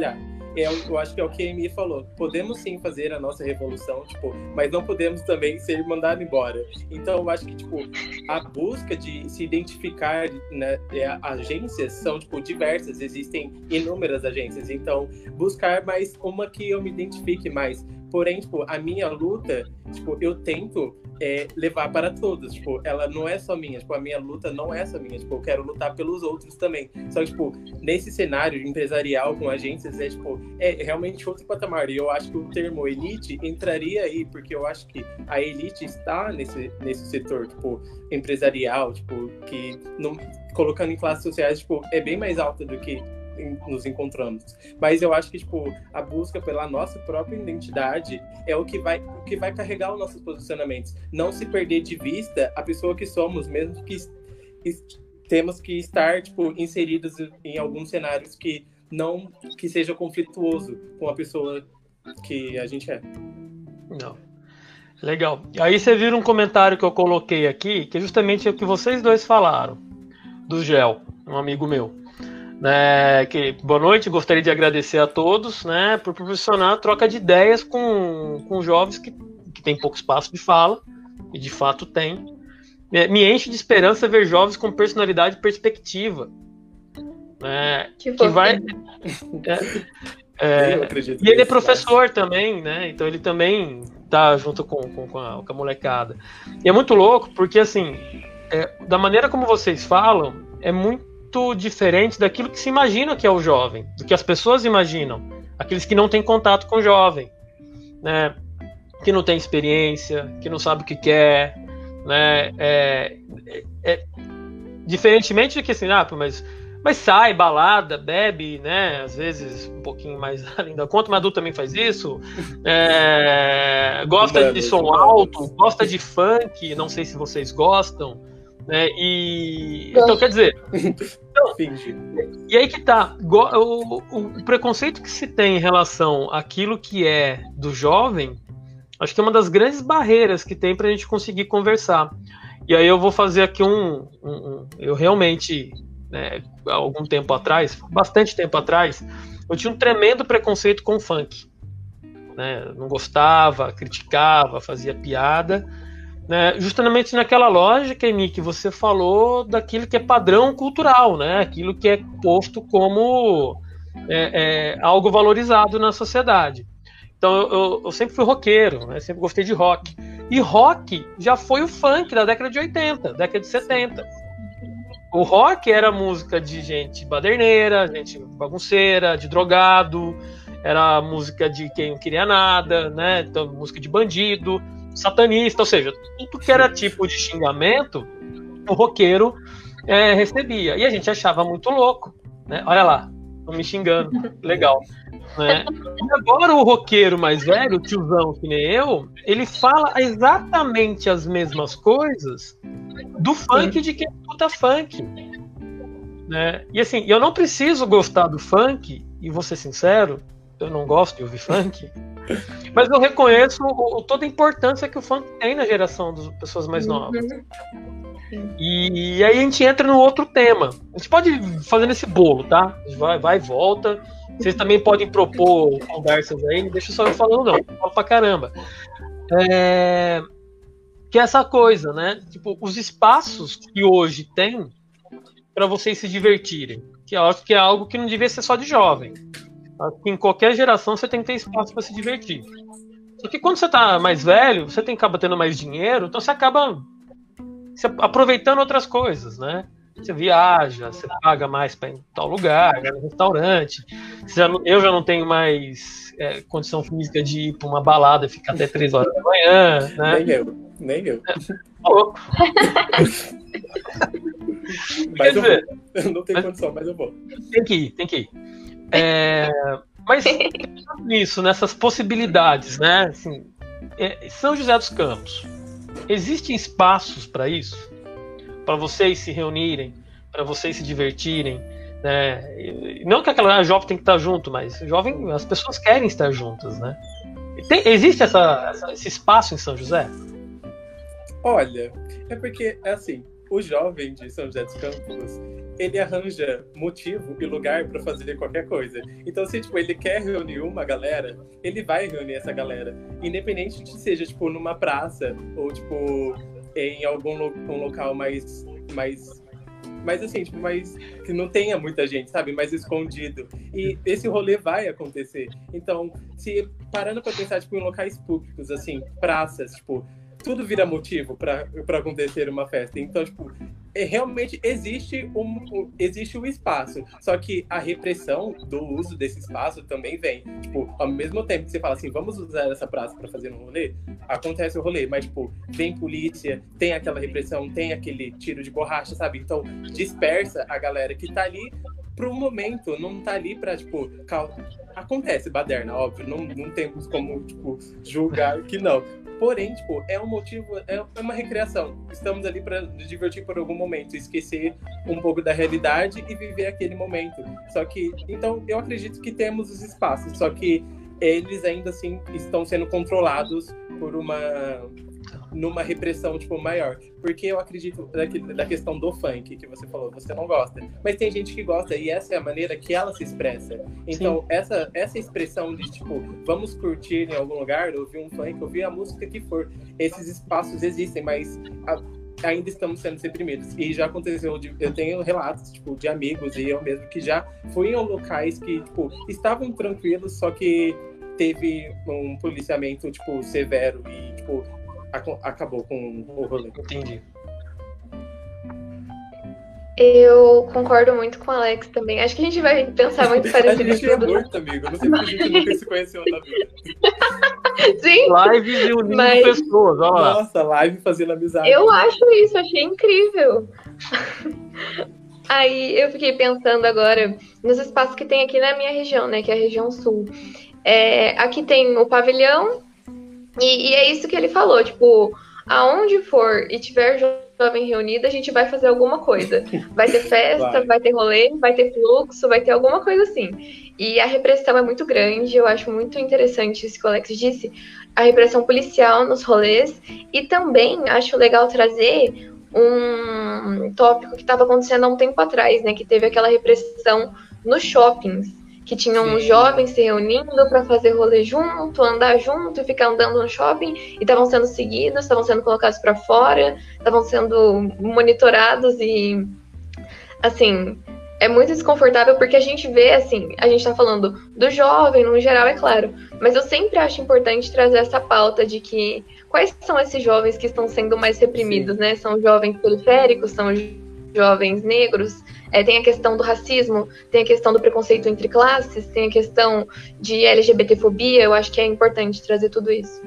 eu, eu acho que é o que a Amy falou. Podemos sim fazer a nossa revolução, tipo, mas não podemos também ser mandados embora. Então, eu acho que, tipo, a busca de se identificar, né, agências são, tipo, diversas. Existem inúmeras agências. Então, buscar mais uma que eu me identifique mais. Porém, tipo, a minha luta, tipo, eu tento é, levar para todos. Tipo, ela não é só minha. Tipo, a minha luta não é só minha. Tipo, eu quero lutar pelos outros também. Só que, tipo, nesse cenário empresarial com agências, é, tipo, é realmente outro patamar. E eu acho que o termo elite entraria aí, porque eu acho que a elite está nesse, nesse setor, tipo, empresarial, tipo, que, não, colocando em classes sociais, tipo, é bem mais alta do que nos encontramos. Mas eu acho que, tipo, a busca pela nossa própria identidade é o que vai, o que vai carregar os nossos posicionamentos. Não se perder de vista a pessoa que somos, mesmo que est- temos que estar, tipo, inseridos em alguns cenários que não, que seja conflituoso com a pessoa que a gente é. Não. Legal. Aí você viu um comentário que eu coloquei aqui, que é justamente o que vocês dois falaram, do Gel, um amigo meu. Né, que, boa noite, gostaria de agradecer a todos, né, por proporcionar a troca de ideias com, com jovens que, que têm pouco espaço de fala, e de fato tem. É, me enche de esperança ver jovens com personalidade e perspectiva. Né, que, que vai. É, é, e ele é professor mas... também, né? Então ele também tá junto com, com, com, a, com a molecada. E é muito louco, porque assim, é, da maneira como vocês falam, é muito diferente daquilo que se imagina que é o jovem, do que as pessoas imaginam, aqueles que não têm contato com o jovem, né, que não tem experiência, que não sabe o que quer, né, é, é, é, diferentemente de que assim, ah, mas, mas sai, balada, bebe, né, às vezes um pouquinho mais além da conta, mas adulto também faz isso, é, gosta humanos, de som humanos. alto, gosta de funk, não sei se vocês gostam, né, e então quer dizer, então, e aí que tá o, o, o preconceito que se tem em relação àquilo que é do jovem, acho que é uma das grandes barreiras que tem pra gente conseguir conversar. E aí eu vou fazer aqui um, um, um eu realmente, né, há algum tempo atrás, bastante tempo atrás, eu tinha um tremendo preconceito com o funk, né, não gostava, criticava, fazia piada, né, justamente naquela lógica, Emi, que você falou daquilo que é padrão cultural, né, aquilo que é posto como é, é, algo valorizado na sociedade. Então eu, eu, eu sempre fui roqueiro, né, sempre gostei de rock. E rock já foi o funk da década de oitenta, década de setenta. O rock era música de gente baderneira, gente bagunceira, de drogado, era música de quem não queria nada, né, então, música de bandido, satanista, ou seja, tudo que era tipo de xingamento, o roqueiro é, recebia. E a gente achava muito louco, né? Olha lá, tô me xingando, legal. Né? E agora o roqueiro mais velho, o tiozão que nem eu, ele fala exatamente as mesmas coisas do funk de quem escuta funk. Né? E assim, eu não preciso gostar do funk, e vou ser sincero, eu não gosto de ouvir funk, mas eu reconheço o, toda a importância que o funk tem na geração das pessoas mais novas. Uhum. E, e aí a gente entra no outro tema. A gente pode fazer nesse bolo, tá? Vai, vai e volta. Vocês também podem propor conversas aí, não deixa só eu falando, não. Eu falo pra caramba. É, que é essa coisa, né? Tipo, os espaços que hoje tem para vocês se divertirem. Que eu acho que é algo que não devia ser só de jovem. Em qualquer geração você tem que ter espaço para se divertir. Só que quando você tá mais velho, você tem que acabar tendo mais dinheiro, então você acaba você aproveitando outras coisas, né? Você viaja, você paga mais para ir em tal lugar, vai no restaurante. Já não, eu já não tenho mais é, condição física de ir para uma balada e ficar até três horas da manhã, né? Nem eu, nem eu. É, louco. Mas eu, dizer, vou. eu não tenho mas, condição, mas eu vou. Tem que ir, tem que ir. É, mas nisso, nessas possibilidades, né? Assim, é, São José dos Campos, existem espaços para isso? Para vocês se reunirem, para vocês se divertirem, né? Não que aquela jovem tem que estar junto, mas jovem, as pessoas querem estar juntas, né? Tem, existe essa, essa, esse espaço em São José? Olha, é porque, é assim, o jovem de São José dos Campos, ele arranja motivo e lugar para fazer qualquer coisa. Então, se tipo, ele quer reunir uma galera, ele vai reunir essa galera. Independente de seja, tipo, numa praça ou, tipo, em algum lo- um local mais... mais Mas assim, tipo, mais que não tenha muita gente, sabe? Mais escondido. E esse rolê vai acontecer. Então, se parando pra pensar, tipo, em locais públicos, assim, praças, tipo, tudo vira motivo pra, pra acontecer uma festa. Então, tipo, é, realmente existe um, um- existe o espaço. Só que a repressão do uso desse espaço também vem. Tipo, ao mesmo tempo que você fala assim, vamos usar essa praça pra fazer um rolê, acontece o rolê, mas, tipo, vem polícia, tem aquela repressão, tem aquele tiro de borracha, sabe? Então, dispersa a galera que tá ali pro momento, não tá ali pra, tipo, cal... acontece baderna, óbvio, não, não temos como, tipo, julgar que não. Porém, tipo, é um motivo, é uma recreação. Estamos ali para nos divertir por algum momento, esquecer um pouco da realidade e viver aquele momento. Só que, então, eu acredito que temos os espaços, só que eles ainda assim estão sendo controlados por uma numa repressão tipo maior, porque eu acredito daquele, da questão do funk que você falou, você não gosta, mas tem gente que gosta e essa é a maneira que ela se expressa. Então essa essa expressão de tipo vamos curtir em algum lugar, ouvir um funk, ouvir a música que for, esses espaços existem, mas a, ainda estamos sendo reprimidos. E já aconteceu, de, eu tenho relatos tipo de amigos e eu mesmo que já fui em locais que tipo estavam tranquilos, só que teve um policiamento tipo severo e tipo acabou com o rolê. Entendi. Eu concordo muito com o Alex também. Acho que a gente vai pensar muito parecido. A gente é muito, amigo. Não sei porque a gente nunca se conheceu na vida. Sim. Lives e unindo mas... pessoas, olha lá. Nossa, live fazendo amizade. Eu acho isso, achei incrível. Aí eu fiquei pensando agora nos espaços que tem aqui na minha região, né? Que é a região sul. É, aqui tem o pavilhão. E, e é isso que ele falou, tipo, aonde for e tiver jovem reunido, a gente vai fazer alguma coisa. Vai ter festa, vai. vai ter rolê, vai ter fluxo, vai ter alguma coisa assim. E a repressão é muito grande, eu acho muito interessante isso que o Alex disse, a repressão policial nos rolês, e também acho legal trazer um tópico que estava acontecendo há um tempo atrás, né, que teve aquela repressão nos shoppings, que tinham Sim. os jovens se reunindo para fazer rolê junto, andar junto e ficar andando no shopping, e estavam sendo seguidos, estavam sendo colocados para fora, estavam sendo monitorados e, assim, é muito desconfortável porque a gente vê, assim, a gente tá falando do jovem no geral, é claro, mas eu sempre acho importante trazer essa pauta de que quais são esses jovens que estão sendo mais reprimidos, Sim. né? São jovens periféricos, são jovens negros, é, tem a questão do racismo, tem a questão do preconceito entre classes, tem a questão de L G B T fobia, eu acho que é importante trazer tudo isso.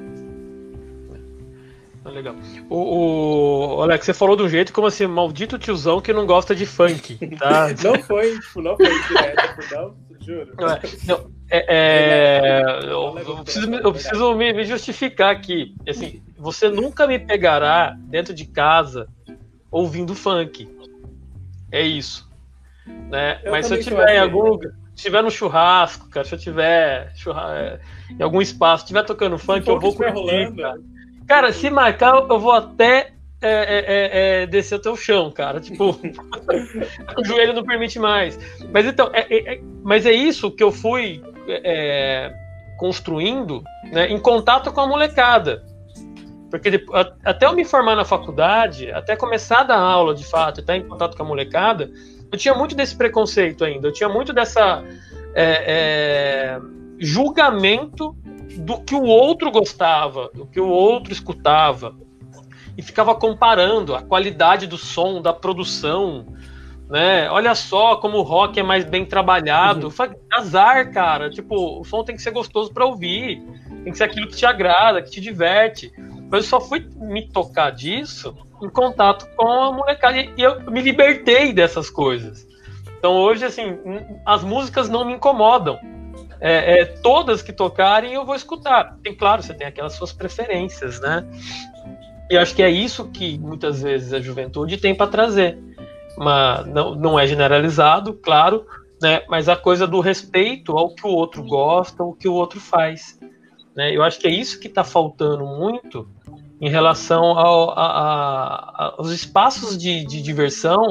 Ah, legal. O, o Alex, você falou de um jeito como assim, maldito tiozão que não gosta de funk, tá? Não foi, tipo, não foi direto, não, juro. Não, não, é, é, eu, eu preciso, eu preciso me, me justificar aqui. Assim, você nunca me pegará dentro de casa ouvindo funk. É isso. Né? Mas se eu tiver em algum lugar, se tiver no churrasco, cara, se eu tiver churra... em algum espaço, estiver tocando funk, eu vou curtir, rolando. Cara. Cara, se marcar, eu vou até é, é, é, descer até o chão, cara. Tipo, o joelho não permite mais. Mas então, é, é, é, mas é isso que eu fui é, construindo, né, em contato com a molecada. Porque depois, até eu me formar na faculdade, até começar a dar aula de fato, estar em contato com a molecada, eu tinha muito desse preconceito ainda, eu tinha muito dessa é, é, julgamento do que o outro gostava, do que o outro escutava, e ficava comparando a qualidade do som, da produção, né? Olha só como o rock é mais bem trabalhado. Uhum. Azar, cara, tipo, o som tem que ser gostoso para ouvir, tem que ser aquilo que te agrada, que te diverte. Mas eu só fui me tocar disso em contato com a molecada e eu me libertei dessas coisas. Então hoje, assim, as músicas não me incomodam. É, é, todas que tocarem eu vou escutar. Tem, claro, você tem aquelas suas preferências, né? E eu acho que é isso que muitas vezes a juventude tem para trazer. Mas não, não é generalizado, claro, né? Mas a coisa do respeito ao que o outro gosta, ao que o outro faz. Né? Eu acho que é isso que está faltando muito em relação ao, a, a, aos espaços de, de diversão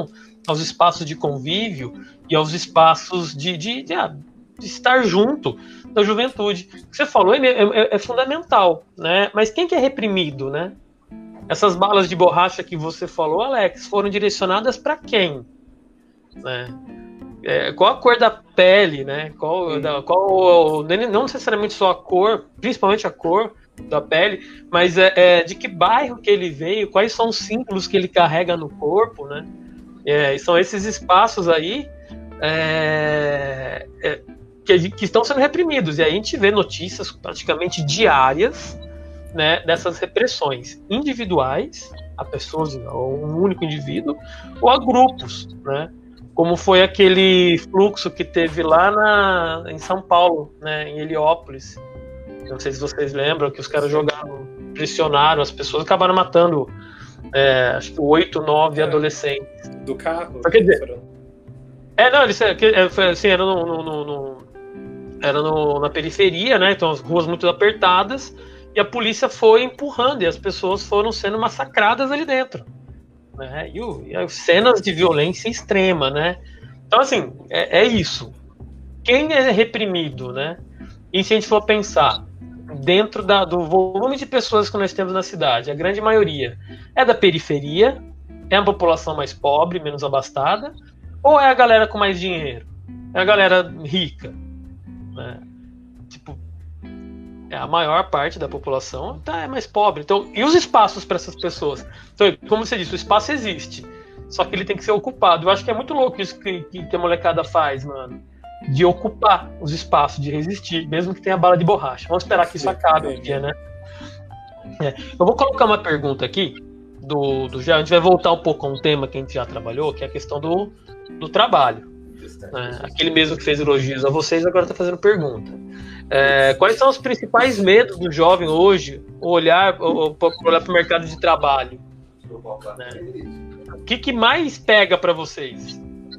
aos espaços de convívio e aos espaços de, de, de, de estar junto da juventude. O que você falou é, é, é fundamental, né? Mas quem que é reprimido, né? Essas balas de borracha que você falou, Alex, foram direcionadas para quem? Né? É, qual a cor da pele, né? Qual, da, qual, não necessariamente só a cor, principalmente a cor da pele, mas é, é, de que bairro que ele veio, quais são os símbolos que ele carrega no corpo, né? É, são esses espaços aí é, é, que, que estão sendo reprimidos. E aí a gente vê notícias praticamente diárias, né, dessas repressões individuais a pessoas, a um único indivíduo, ou a grupos, né? Como foi aquele fluxo que teve lá na, em São Paulo, né, em Heliópolis. Não sei se vocês lembram que os caras jogaram, pressionaram as pessoas, acabaram matando é, acho que oito, nove é, adolescentes. Do carro? Quer dizer, é, não, eles foi, assim, era, no, no, no, no, era no, na periferia, né? Então as ruas muito apertadas, e a polícia foi empurrando, e as pessoas foram sendo massacradas ali dentro. Né? E, o, e as cenas de violência extrema, né? Então, assim, é, é isso. Quem é reprimido, né? E se a gente for pensar dentro da, do volume de pessoas que nós temos na cidade, a grande maioria é da periferia, é a população mais pobre, menos abastada, ou é a galera com mais dinheiro? É a galera rica? Né? Tipo, é a maior parte da população tá, é mais pobre. Então, e os espaços para essas pessoas? Então, como você disse, o espaço existe, só que ele tem que ser ocupado. Eu acho que é muito louco isso que, que a molecada faz, mano. De ocupar os espaços, de resistir, mesmo que tenha bala de borracha. Vamos esperar que isso acabe um dia, né? É. Eu vou colocar uma pergunta aqui, do, do já, a gente vai voltar um pouco a um tema que a gente já trabalhou, que é a questão do, do trabalho. Né? Aquele mesmo que fez elogios a vocês, agora está fazendo pergunta. É, quais são os principais medos do jovem hoje, olhar, olhar para o mercado de trabalho? Né? O que, que mais pega para vocês?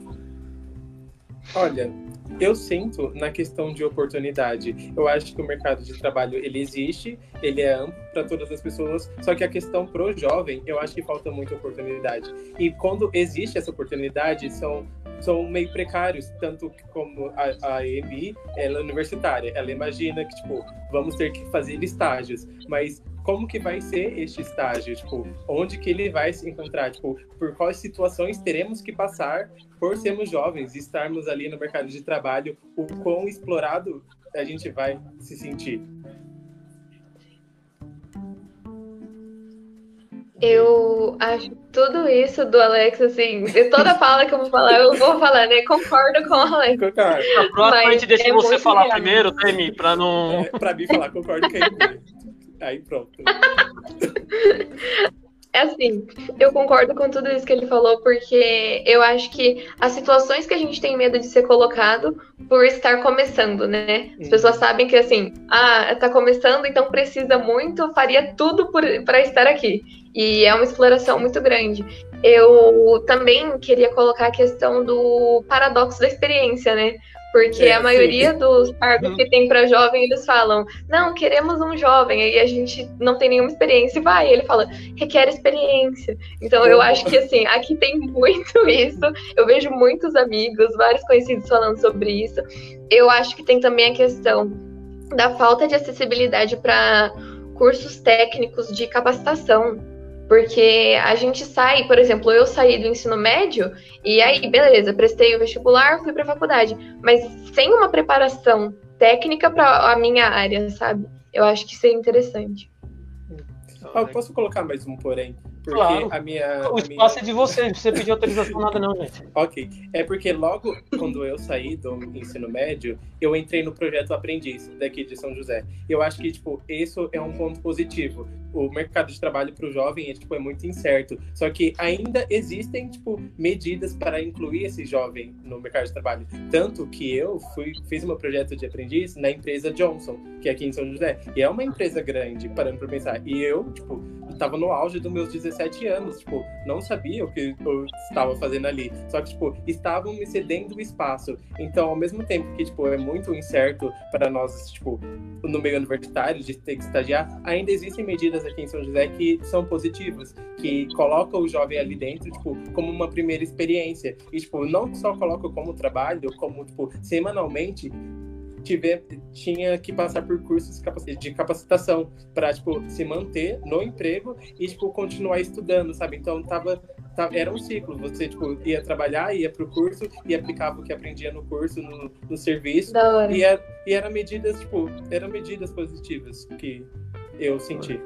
Olha, eu sinto na questão de oportunidade. Eu acho que o mercado de trabalho, ele existe, ele é amplo para todas as pessoas, só que a questão pro jovem, eu acho que falta muita oportunidade. E quando existe essa oportunidade, são, são meio precários, tanto como a, a E M I, ela é universitária. Ela imagina que, tipo, vamos ter que fazer estágios, mas como que vai ser este estágio? Tipo, onde que ele vai se encontrar? Tipo, por quais situações teremos que passar por sermos jovens e estarmos ali no mercado de trabalho? O quão explorado a gente vai se sentir? Eu acho tudo isso do Alex, assim, de toda fala que eu vou falar, eu vou falar, né? Concordo com o Alex. Concordo. A próxima a gente deixa é você falar real. primeiro, tá, Emi? Pra não... É, pra mim falar, concordo com a Emi. Aí pronto. É assim, eu concordo com tudo isso que ele falou, porque eu acho que as situações que a gente tem medo de ser colocado por estar começando, né? As pessoas sabem que assim, ah, tá começando, então precisa muito, faria tudo para estar aqui. E é uma exploração muito grande. Eu também queria colocar a questão do paradoxo da experiência, né? Porque é, a maioria sim. dos cargos uhum. que tem para jovem, eles falam, não, queremos um jovem, aí a gente não tem nenhuma experiência e vai. Ele fala, requer experiência. Então eu acho que assim, aqui tem muito isso. Eu vejo muitos amigos, vários conhecidos falando sobre isso. Eu acho que tem também a questão da falta de acessibilidade para cursos técnicos de capacitação. Porque a gente sai, por exemplo, eu saí do ensino médio e aí, beleza, prestei o vestibular, fui para a faculdade, mas sem uma preparação técnica para a minha área, sabe? Eu acho que seria interessante. Ah, eu posso colocar mais um porém? Porque claro. a minha... O a espaço minha... é de você, não precisa pedir autorização nada não, gente. Ok. É porque logo quando eu saí do ensino médio, eu entrei no projeto Aprendiz, daqui de São José. E eu acho que, tipo, isso é um ponto positivo. O mercado de trabalho para o jovem é, tipo, é muito incerto. Só que ainda existem, tipo, medidas para incluir esse jovem no mercado de trabalho. Tanto que eu fui, fiz meu projeto de aprendiz na empresa Johnson, que é aqui em São José. E é uma empresa grande, parando para pensar. E eu, tipo, tava no auge dos meus dezessete anos, tipo, não sabia o que eu estava fazendo ali. Só que, tipo, estavam me cedendo o espaço. Então, ao mesmo tempo que, tipo, é muito incerto para nós, tipo, no meio universitário, de ter que estagiar, ainda existem medidas aqui em São José que são positivas, que colocam o jovem ali dentro, tipo, como uma primeira experiência. E, tipo, não só colocam como trabalho, como, tipo, semanalmente, Tiver, tinha que passar por cursos de capacitação para, tipo, se manter no emprego e, tipo, continuar estudando, sabe? Então, tava, tava, era um ciclo. Você, tipo, ia trabalhar, ia pro curso e aplicava o que aprendia no curso, no, no serviço. E, era, e era medidas, tipo, eram medidas positivas que eu senti.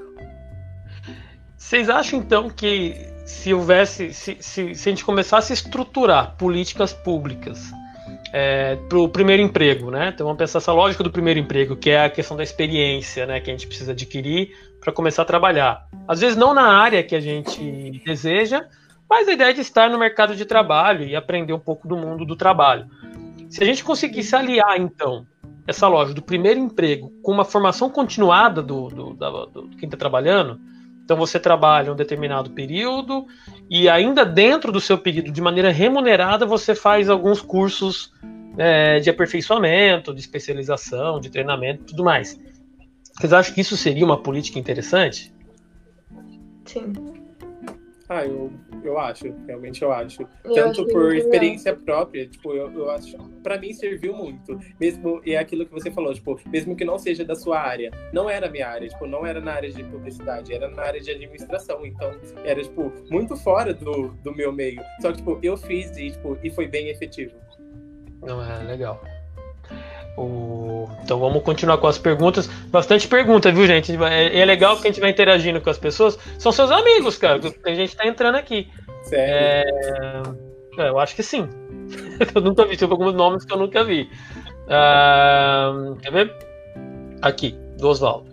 Vocês acham, então, que se houvesse, se, se, se a gente começasse a estruturar políticas públicas É, para o primeiro emprego, né? Então vamos pensar essa lógica do primeiro emprego, que é a questão da experiência, né? Que a gente precisa adquirir para começar a trabalhar. Às vezes não na área que a gente deseja, mas a ideia de estar no mercado de trabalho e aprender um pouco do mundo do trabalho. Se a gente conseguisse aliar, então, essa lógica do primeiro emprego com uma formação continuada do, do, da, do quem está trabalhando, então você trabalha um determinado período e ainda dentro do seu período, de maneira remunerada, você faz alguns cursos é, de aperfeiçoamento, de especialização, de treinamento e tudo mais. Vocês acham que isso seria uma política interessante? Sim. Ah, eu, eu acho, realmente eu acho. Eu Tanto acho por que experiência própria, tipo, eu, eu acho, pra mim serviu muito. Mesmo, e é aquilo que você falou, tipo, mesmo que não seja da sua área. Não era a minha área, tipo, não era na área de publicidade, era na área de administração. Então, era, tipo, muito fora do, do meu meio. Só que, tipo, eu fiz e, tipo, e foi bem efetivo. Não, é legal. O... Então vamos continuar com as perguntas. Bastante pergunta, viu, gente? É, é legal que a gente vai interagindo com as pessoas. São seus amigos, cara. A gente tá entrando aqui. Sério? É... É, eu acho que sim. Eu nunca vi. Tem alguns nomes que eu nunca vi. Ah, quer ver? Aqui, do Oswaldo.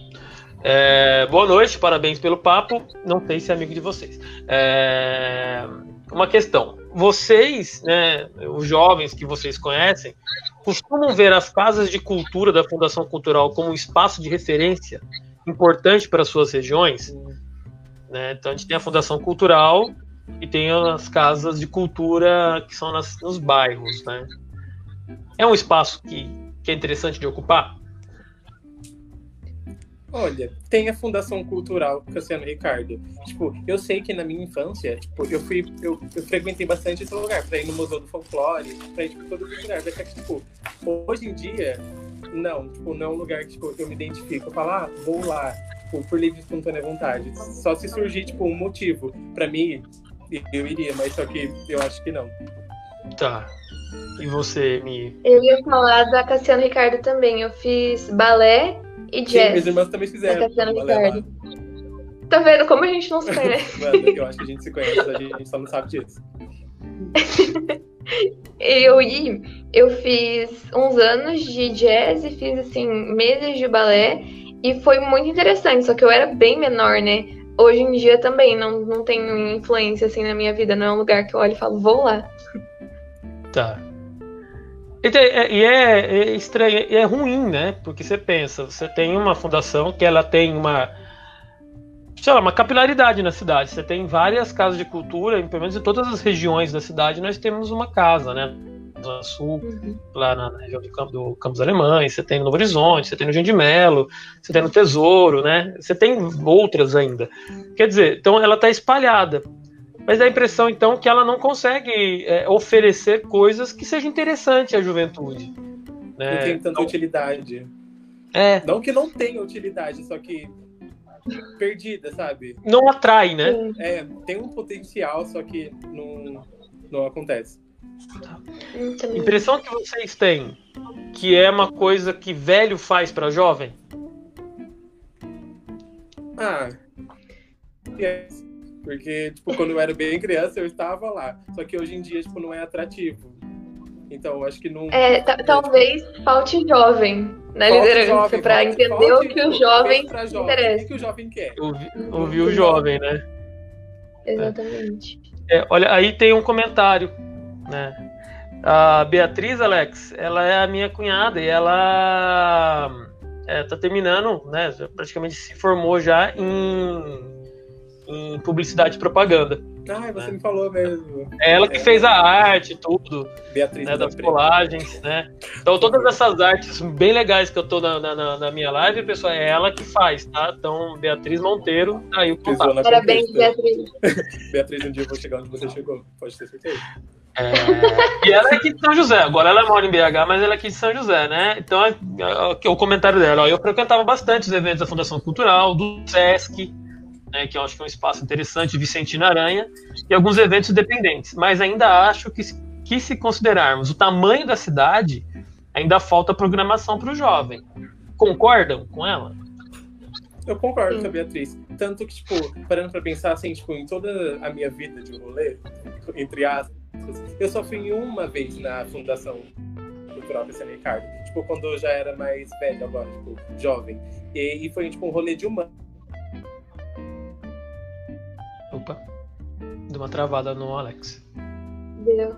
É... Boa noite, parabéns pelo papo. Não sei se é amigo de vocês. É... Uma questão. Vocês, né, os jovens que vocês conhecem, costumam ver as casas de cultura da Fundação Cultural como um espaço de referência importante para suas regiões? Né? Então a gente tem a Fundação Cultural e tem as casas de cultura que são nas, nos bairros. Né? É um espaço que, que é interessante de ocupar? Olha, tem a Fundação Cultural Cassiano Ricardo. Tipo, eu sei que na minha infância, tipo, eu fui, eu, eu frequentei bastante esse lugar, pra ir no Museu do Folclore, pra ir, tipo, todos os lugares. Até que, tipo, hoje em dia, não, tipo, não é um lugar que, tipo, eu me identifico. Eu falo, ah, vou lá, tipo, por livre e espontânea vontade. Só se surgir, tipo, um motivo pra mim, eu iria, mas só que eu acho que não. Tá. E você, Mi? Eu ia falar da Cassiano Ricardo também. Eu fiz balé e jazz. Sim, minhas irmãs também fizeram. Da Cassiano Ricardo. Tá vendo como a gente não se conhece? Mano, eu acho que a gente se conhece, a gente só não sabe disso. Eu, eu fiz uns anos de jazz e fiz, assim, meses de balé. E foi muito interessante, só que eu era bem menor, né? Hoje em dia também não, não tenho influência, assim, na minha vida. Não é um lugar que eu olho e falo, vou lá. Tá. E é, é, é estranho, é ruim, né? Porque você pensa, você tem uma fundação que ela tem uma, sei lá, uma capilaridade na cidade. Você tem várias casas de cultura, pelo menos em todas as regiões da cidade nós temos uma casa, né? Na Zona Sul, uhum. Lá na, na região do, Campo, do Campos Alemães, você tem no Novo Horizonte, você tem no Jardim de Melo, você tem no Tesouro, né? Você tem outras ainda. Quer dizer, então ela está espalhada. Mas dá a impressão, então, que ela não consegue é, oferecer coisas que sejam interessantes à juventude. Né? Não tem tanta então, utilidade. É. Não que não tenha utilidade, só que perdida, sabe? Não atrai, né? É, tem um potencial, só que não, não acontece. A impressão que vocês têm que é uma coisa que velho faz para jovem? Ah, yes. Porque, tipo, quando eu era bem criança, eu estava lá. Só que hoje em dia, tipo, não é atrativo. Então, eu acho que não... É, t- talvez falte jovem na falte liderança, para entender falte, o que o jovem interessa. O que o jovem quer. Ouvir, ouvir o jovem, né? Exatamente. É, olha, aí tem um comentário, né? A Beatriz, Alex, ela é a minha cunhada e ela é, tá terminando, né? Praticamente se formou já em em publicidade e propaganda. Ah, você né? me falou mesmo. É ela que é, fez a arte, tudo, Beatriz né, das colagens, né? Então todas essas artes bem legais que eu tô na, na, na minha live, pessoal, é ela que faz, tá? Então, Beatriz Monteiro, tá aí o Pisou contato. na Parabéns, conquista. Beatriz. Beatriz, um dia eu vou chegar onde você chegou, pode ter certeza. É, e ela é aqui de São José, agora ela mora em B H, mas ela é aqui de São José, né? Então, é, é, o comentário dela, ó, eu frequentava bastante os eventos da Fundação Cultural, do SESC, né, que eu acho que é um espaço interessante, Vicentina Aranha, e alguns eventos independentes. Mas ainda acho que, que se considerarmos o tamanho da cidade, ainda falta programação para o jovem. Concordam com ela? Eu concordo Sim. com a Beatriz. Tanto que, tipo, parando pra pensar, assim, tipo, em toda a minha vida de rolê, entre aspas, eu só fui uma vez na Fundação Cultural Cassiano Ricardo. Tipo, quando eu já era mais velho agora, tipo, jovem. E, e foi, tipo, um rolê de humano. Opa, deu uma travada no Alex. Deu.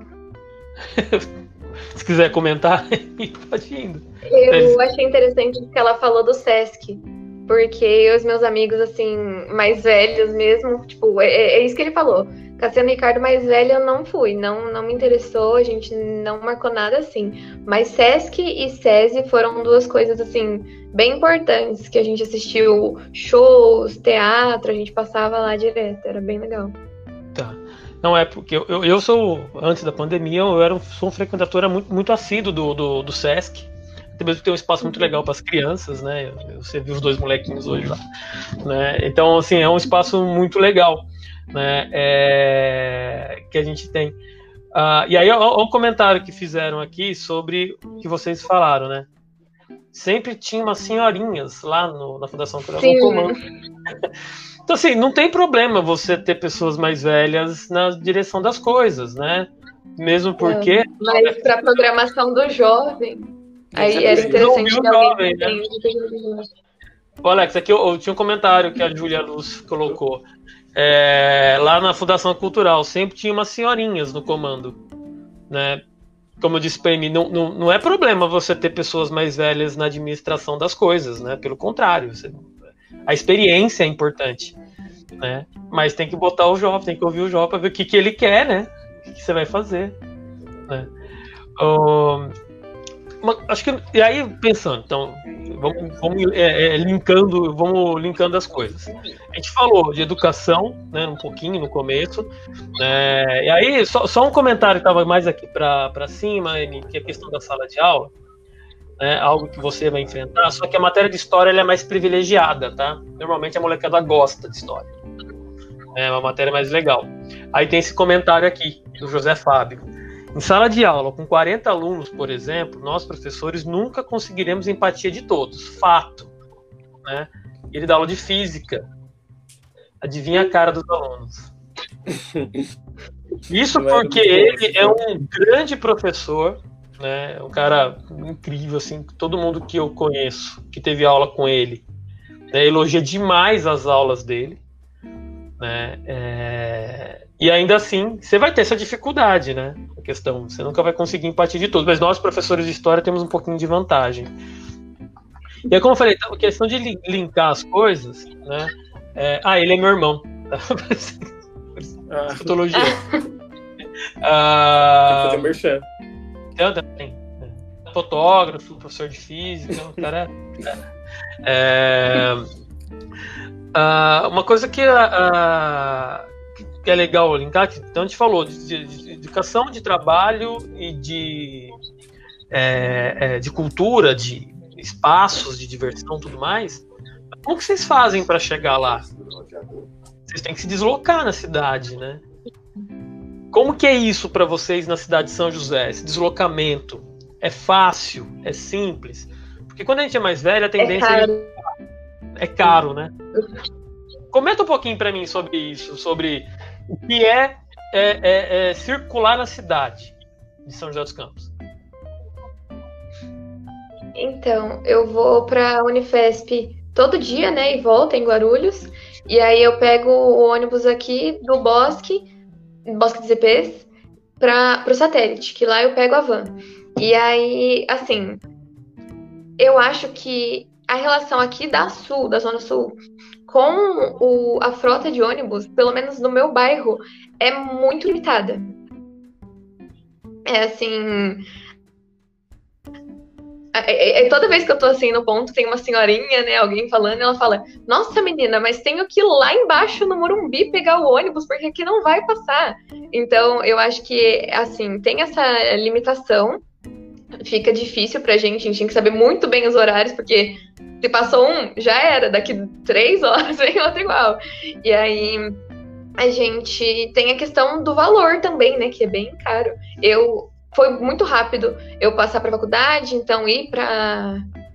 Se quiser comentar, pode ir indo. Eu achei interessante que ela falou do Sesc, porque eu e os meus amigos, assim, mais velhos mesmo, tipo, é, é isso que ele falou. Cassiano Ricardo mais velho eu não fui, não, não me interessou, a gente não marcou nada assim. Mas Sesc e SESI foram duas coisas, assim, bem importantes, que a gente assistiu shows, teatro, a gente passava lá direto, era bem legal. Tá. Não, é porque eu, eu, eu sou, antes da pandemia, eu era, sou um frequentador muito, muito assíduo do, do, do SESC. Até mesmo que tem um espaço muito legal para as crianças, né? Você viu os dois molequinhos hoje lá. Né? Então, assim, é um espaço muito legal, né? É, que a gente tem. Ah, e aí, olha o comentário que fizeram aqui sobre o que vocês falaram, né? Sempre tinha umas senhorinhas lá no, na Fundação Cultural no comando. Então, assim, não tem problema você ter pessoas mais velhas na direção das coisas, né? Mesmo porque... Mas para a programação do jovem, aí é interessante que alguém entenda. Ô, Alex, aqui eu, eu tinha um comentário que a Júlia Luz colocou. É, lá na Fundação Cultural, sempre tinha umas senhorinhas no comando, né? Como eu disse para mim, não, não, não é problema você ter pessoas mais velhas na administração das coisas, né? Pelo contrário, você... a experiência é importante, né? Mas tem que botar o jovem, tem que ouvir o jovem para ver o que, que ele quer, né? O que, que você vai fazer, né? Um, acho que e aí pensando, então vamos, vamos é, é, linkando, vamos linkando as coisas. A gente falou de educação, né? Um pouquinho no começo, né? E aí só, só um comentário que estava mais aqui para cima, que é a questão da sala de aula. Né, algo que você vai enfrentar, só que a matéria de história ela é mais privilegiada, tá? Normalmente a molecada gosta de história. É uma matéria mais legal. Aí tem esse comentário aqui, do José Fábio. Em sala de aula, com quarenta alunos, por exemplo, nós, professores, nunca conseguiremos empatia de todos. Fato. Né? Ele dá aula de física. Adivinha a cara dos alunos. Isso porque ele é um grande professor, né, um cara incrível, assim, todo mundo que eu conheço, que teve aula com ele, né, elogia demais as aulas dele, né, é... e ainda assim, você vai ter essa dificuldade, né, a questão, você nunca vai conseguir empatia de todos, mas nós, professores de história, temos um pouquinho de vantagem. E aí, como eu falei, a questão de linkar as coisas, né, é... ah, ele é meu irmão, tá? Ah. Fotologia. ah... Tem que fazer merchan. Eu também. Fotógrafo, professor de física, o cara. É, é, uma coisa que, a, que é legal linkar, que então a gente falou de, de, de educação, de trabalho e de, é, é, de cultura, de espaços de diversão e tudo mais. Como que vocês fazem para chegar lá? Vocês têm que se deslocar na cidade, né? Como que é isso para vocês na cidade de São José? Esse deslocamento é fácil? É simples? Porque quando a gente é mais velha, a tendência é caro, é caro, né? Comenta um pouquinho para mim sobre isso, sobre o que é, é, é, é circular na cidade de São José dos Campos. Então, eu vou para a Unifesp todo dia, né? E volto em Guarulhos. E aí eu pego o ônibus aqui do Bosque, Bosque dos E Pês, para o Satélite, que lá eu pego a van. E aí, assim, eu acho que a relação aqui da Sul, da Zona Sul, com o, a frota de ônibus, pelo menos no meu bairro, é muito limitada. É assim... É, é, toda vez que eu tô assim no ponto, tem uma senhorinha, né, alguém falando, e ela fala, nossa menina, mas tenho que ir lá embaixo no Morumbi pegar o ônibus, porque aqui não vai passar. Então, eu acho que, assim, tem essa limitação, fica difícil pra gente, a gente tem que saber muito bem os horários, porque se passou um, já era, daqui três horas vem outro igual. E aí, a gente tem a questão do valor também, né, que é bem caro. Eu... Foi muito rápido eu passar para a faculdade, então ir para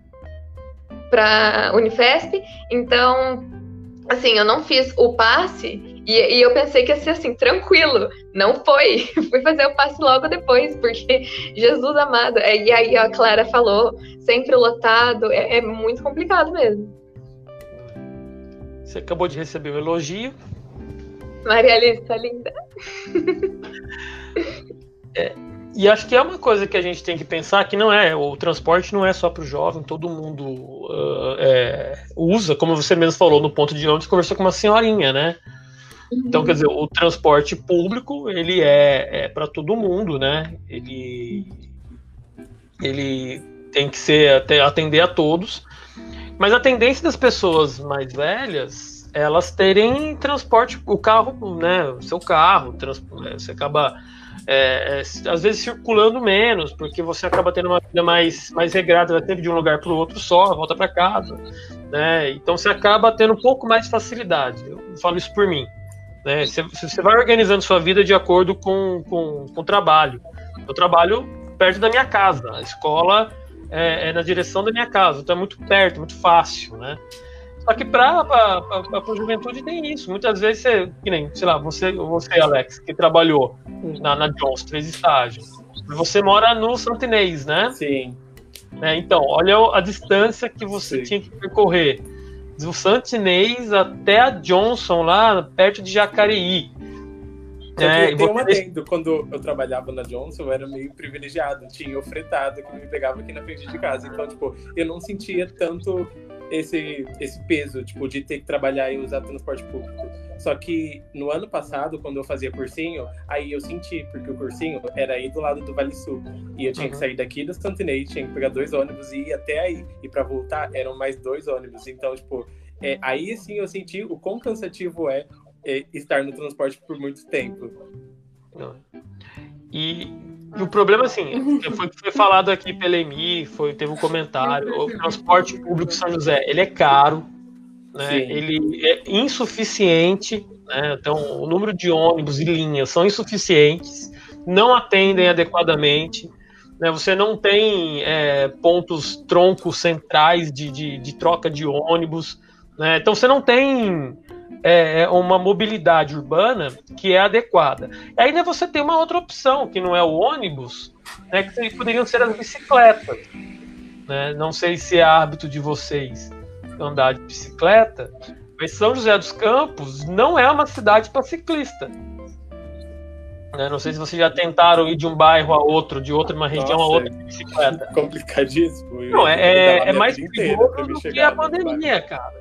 para Unifesp. Então, assim, eu não fiz o passe e, e eu pensei que ia ser assim, tranquilo. Não foi. Fui fazer o passe logo depois, porque Jesus amado. É, e aí a Clara falou, sempre lotado, é, é muito complicado mesmo. Você acabou de receber um elogio. Maria Alice, tá linda. É. E acho que é uma coisa que a gente tem que pensar que não é, o transporte não é só para o jovem, todo mundo uh, é, usa, como você mesmo falou, no ponto de ônibus, conversou com uma senhorinha, né? Uhum. Então, quer dizer, o transporte público, ele é, é para todo mundo, né? Ele, ele tem que ser, atender a todos, mas a tendência das pessoas mais velhas, elas terem transporte, o carro, né? O seu carro, trans, você acaba... É, é, às vezes circulando menos, porque você acaba tendo uma vida mais, mais regrada, vai sempre de um lugar para o outro só, volta para casa, né? Então você acaba tendo um pouco mais de facilidade. Eu falo isso por mim, né? Você, você vai organizando sua vida de acordo com, com, com o trabalho. Eu trabalho perto da minha casa, a escola é, é na direção da minha casa, então é muito perto, muito fácil, né? Só que para a juventude tem isso. Muitas vezes você, que nem, sei lá, você, você Alex, que trabalhou na, na Jones, três estágios. Você mora no Santo Inês, né? Sim. É, então, olha a distância que você Sim. tinha que percorrer. Do Santo Inês até a Johnson, lá perto de Jacareí. É, tem um adendo, quando eu trabalhava na Johnson, eu era meio privilegiado, tinha o fretado que me pegava aqui na frente de casa, então, tipo, eu não sentia tanto esse, esse peso, tipo, de ter que trabalhar e usar transporte público. Só que no ano passado, quando eu fazia cursinho, aí eu senti, porque o cursinho era aí do lado do Vale Sul, e eu tinha uhum. que sair daqui do Santo Inês, tinha que pegar dois ônibus e ir até aí, e pra voltar eram mais dois ônibus, então, tipo, é, aí sim eu senti o quão cansativo é estar no transporte por muito tempo. E, e o problema, assim, foi, foi falado aqui pela Emi, foi, teve um comentário, o transporte público de São José, ele é caro, né? Ele é insuficiente, né? Então o número de ônibus e linhas são insuficientes, não atendem adequadamente, né? Você não tem é, pontos, troncos centrais de, de, de troca de ônibus, né? Então você não tem é, uma mobilidade urbana que é adequada. E ainda você tem uma outra opção, que não é o ônibus, né, que poderiam ser as bicicletas. Né? Não sei se é hábito de vocês andar de bicicleta, mas São José dos Campos não é uma cidade para ciclista. Né? Não sei se vocês já tentaram ir de um bairro a outro, de outra uma região Nossa, a outra de bicicleta. É complicadíssimo. Não, é, é, é mais perigoso do que a pandemia, cara.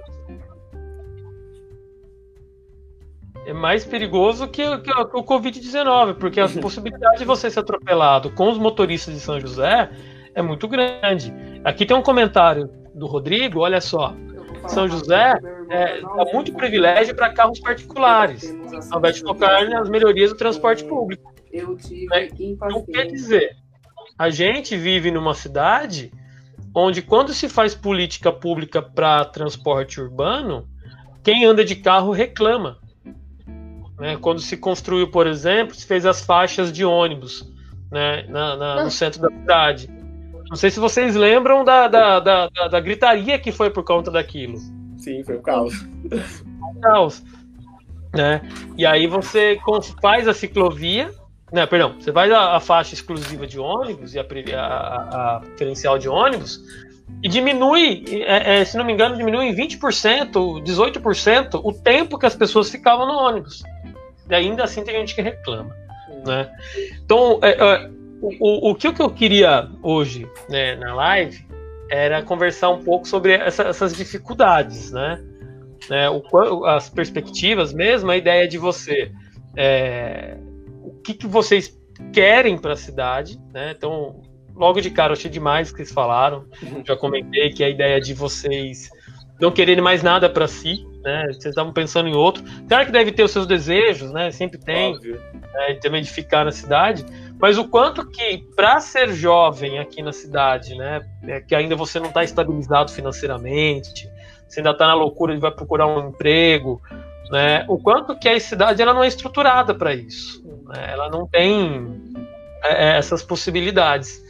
É mais perigoso que, que, que o covid dezenove, porque a possibilidade de você ser atropelado com os motoristas de São José é muito grande. Aqui tem um comentário do Rodrigo, olha só. São José é, dá muito privilégio para carros particulares, ao invés de focar nas melhorias do transporte público. Né? Então, quer dizer, a gente vive numa cidade onde, quando se faz política pública para transporte urbano, quem anda de carro reclama. Né? Quando se construiu, por exemplo, se fez as faixas de ônibus, né, na, na, no centro da cidade. Não sei se vocês lembram da, da, da, da, da gritaria que foi por conta daquilo. Sim, foi um caos. Um caos. Né? E aí você faz a ciclovia, né, perdão, você faz a, a faixa exclusiva de ônibus e a, a, a diferencial de ônibus e diminui, é, é, se não me engano, diminui em vinte por cento, dezoito por cento o tempo que as pessoas ficavam no ônibus. E ainda assim tem gente que reclama. Né? Então, é, é, o, o, o que eu queria hoje, né, na live era conversar um pouco sobre essa, essas dificuldades, né? né, o, as perspectivas mesmo, a ideia de você, é, o que, que vocês querem para a cidade, né? Então, logo de cara, eu achei demais o que vocês falaram, já comentei que a ideia de vocês não quererem mais nada para si, né? Vocês estavam pensando em outro. Claro que deve ter os seus desejos, né? Sempre tem, né? Também de ficar na cidade. Mas o quanto que, para ser jovem aqui na cidade, né? É que ainda você não está estabilizado financeiramente, você ainda está na loucura de vai procurar um emprego, né? O quanto que a cidade ela não é estruturada para isso, né? Ela não tem é, essas possibilidades.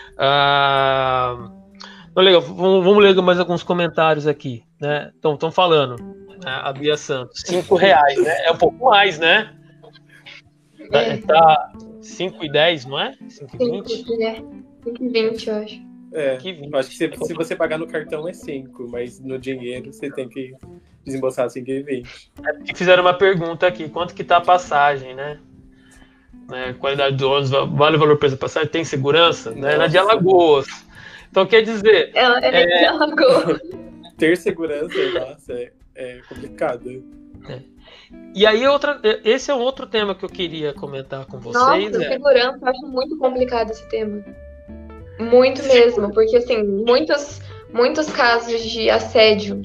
Ah, legal, vamos, vamos ler mais alguns comentários aqui, né? Então, estão falando, né? A Bia Santos, cinco reais, né? É um pouco mais, né? Tá, É. tá cinco e dez, não é? cinco e vinte? cinco e vinte, eu acho. É, cinco e vinte. eu acho que se, se você pagar no cartão é cinco, mas no dinheiro você tem que desembolsar cinco e vinte. É porque fizeram uma pergunta aqui, quanto que tá a passagem, né? Né, qualidade do ônibus, vale o valor preço da passagem, tem segurança, né? Na de Alagoas. Então, quer dizer... Ela é, é... de Alagoas. Ter segurança, nossa, é, é complicado. É. E aí, outra, esse é um outro tema que eu queria comentar com vocês. Nossa, é... segurança, eu acho muito complicado esse tema. Muito mesmo, porque, assim, muitos, muitos casos de assédio